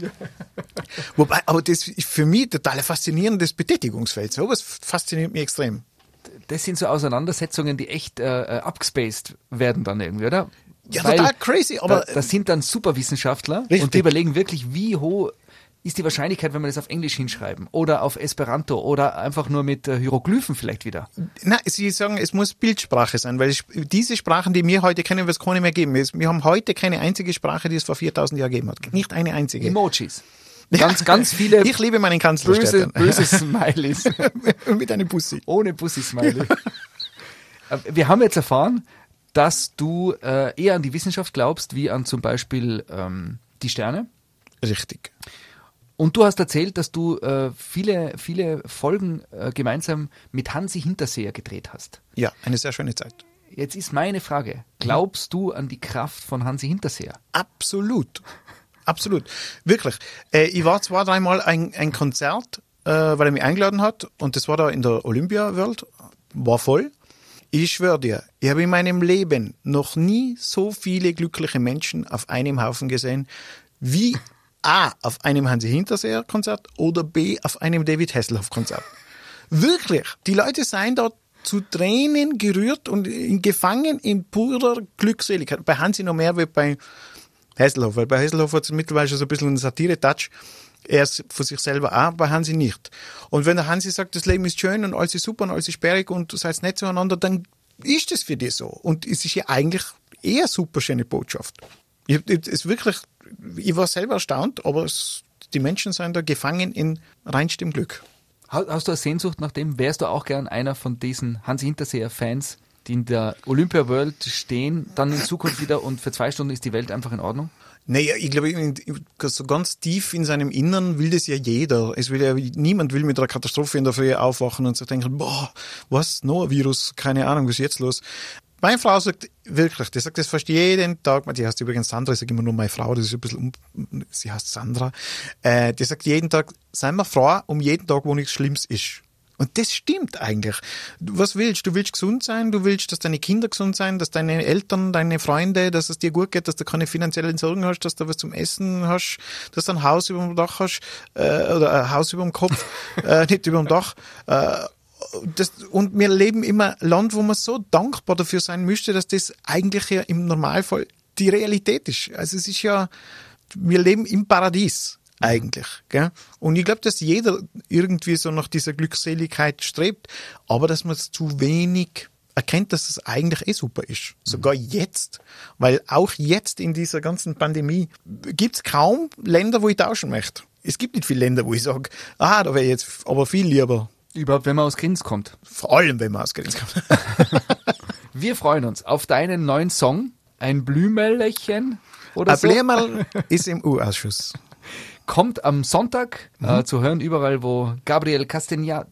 Wobei, aber das ist für mich total ein faszinierendes Betätigungsfeld. So was fasziniert mich extrem. Das sind so Auseinandersetzungen, die echt abgespaced werden dann irgendwie, oder? Ja, Weil total crazy, aber das sind dann Superwissenschaftler Richtig. und die überlegen wirklich, wie hoch ist die Wahrscheinlichkeit, wenn wir das auf Englisch hinschreiben oder auf Esperanto oder einfach nur mit Hieroglyphen vielleicht wieder. nein, Sie sagen, es muss Bildsprache sein, weil diese Sprachen, die wir heute kennen, wird es keine mehr geben. Wir haben heute keine einzige Sprache, die es vor 4000 Jahren gegeben hat. Nicht eine einzige. Emojis. Ganz viele Ich liebe meinen Kanzlerstädter. böse Smileys. Mit einem Bussi. Ohne Bussi-Smiley. Wir haben jetzt erfahren, dass du eher an die Wissenschaft glaubst, wie an zum Beispiel die Sterne. Richtig. Und du hast erzählt, dass du viele Folgen gemeinsam mit Hansi Hinterseher gedreht hast. Ja, eine sehr schöne Zeit. Jetzt ist meine Frage, glaubst du an die Kraft von Hansi Hinterseher? Absolut. Absolut. Wirklich. Ich war 2-3 Mal ein Konzert weil er mich eingeladen hat. Und das war da in der Olympia World. War voll. Ich schwöre dir, ich habe in meinem Leben noch nie so viele glückliche Menschen auf einem Haufen gesehen, wie A, auf einem Hansi Hinterseer Konzert oder B, auf einem David Hasselhoff Konzert. Wirklich. Die Leute seien da zu Tränen gerührt und gefangen in purer Glückseligkeit. Bei Hansi noch mehr wie bei Hasselhoff, weil bei Hasselhoff hat es mittlerweile schon so ein bisschen einen Satire-Touch. Er ist für sich selber auch, bei Hansi nicht. Und wenn der Hansi sagt, das Leben ist schön und alles ist super und alles ist sperrig und seid nett zueinander, dann ist das für dich so. Und es ist ja eigentlich eher eine super schöne Botschaft. Ich war selber erstaunt, aber die Menschen sind da gefangen in reinstem Glück. Hast du eine Sehnsucht nach dem? Wärst du auch gern einer von diesen Hansi Hinterseer-Fans, die in der Olympia World stehen, dann in Zukunft wieder und für 2 Stunden ist die Welt einfach in Ordnung? Naja, ich glaube, so ganz tief in seinem Innern will das ja jeder. Niemand will mit einer Katastrophe in der Früh aufwachen und sich denken, boah, was, noch ein Virus, keine Ahnung, was ist jetzt los? Meine Frau sagt wirklich, die sagt das fast jeden Tag, die heißt übrigens Sandra, ich sage immer nur meine Frau, das ist ein bisschen, sie heißt Sandra, die sagt jeden Tag, sei mir froh um jeden Tag, wo nichts Schlimmes ist. Und das stimmt eigentlich. Was willst du? Du willst gesund sein, du willst, dass deine Kinder gesund sein, dass deine Eltern, deine Freunde, dass es dir gut geht, dass du keine finanziellen Sorgen hast, dass du was zum Essen hast, dass du ein Haus über dem Dach hast, oder ein Haus über dem Kopf, nicht über dem Dach. Und wir leben in einem Land, wo man so dankbar dafür sein müsste, dass das eigentlich ja im Normalfall die Realität ist. Also es ist ja, wir leben im Paradies. Eigentlich. Gell? Und ich glaube, dass jeder irgendwie so nach dieser Glückseligkeit strebt, aber dass man es zu wenig erkennt, dass es eigentlich super ist. Sogar jetzt. Weil auch jetzt in dieser ganzen Pandemie gibt es kaum Länder, wo ich tauschen möchte. Es gibt nicht viele Länder, wo ich sage, da wäre jetzt aber viel lieber. Überhaupt, wenn man aus Grins kommt. Vor allem, wenn man aus Grins kommt. Wir freuen uns auf deinen neuen Song, ein Blümelchen oder so. Ein Blümerl ist im U-Ausschuss. Kommt am Sonntag zu hören, überall, wo Gabriel Castaneda.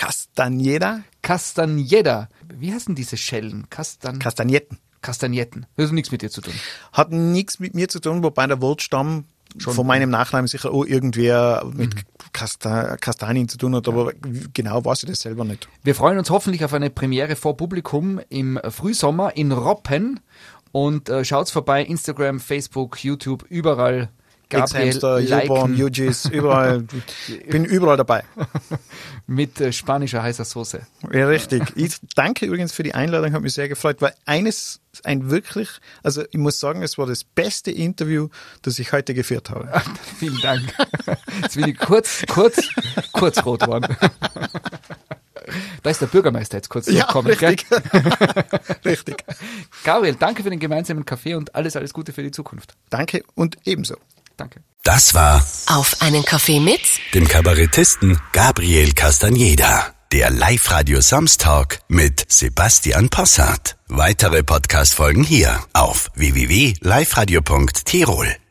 Wie heißen diese Schellen? Kastagnetten. Das hat nichts mit dir zu tun. Hat nichts mit mir zu tun, wobei der Wortstamm schon von meinem Nachnamen sicher auch irgendwer mit Kastanien zu tun hat, aber genau weiß ich das selber nicht. Wir freuen uns hoffentlich auf eine Premiere vor Publikum im Frühsommer in Roppen und schaut's vorbei, Instagram, Facebook, YouTube, überall. Gabriel YouBorn, UGs, überall. Bin überall dabei. Mit spanischer heißer Soße. Ja, richtig. Ich danke übrigens für die Einladung, hat mich sehr gefreut, weil ich muss sagen, es war das beste Interview, das ich heute geführt habe. Vielen Dank. Jetzt bin ich kurz rot geworden. Da ist der Bürgermeister jetzt kurz gekommen. Richtig. Richtig. Gabriel, danke für den gemeinsamen Kaffee und alles Gute für die Zukunft. Danke und ebenso. Danke. Das war Auf einen Kaffee mit dem Kabarettisten Gabriel Castaneda. Der Live-Radio Samstag mit Sebastian Possart. Weitere Podcast-Folgen hier auf www.liveradio.tirol.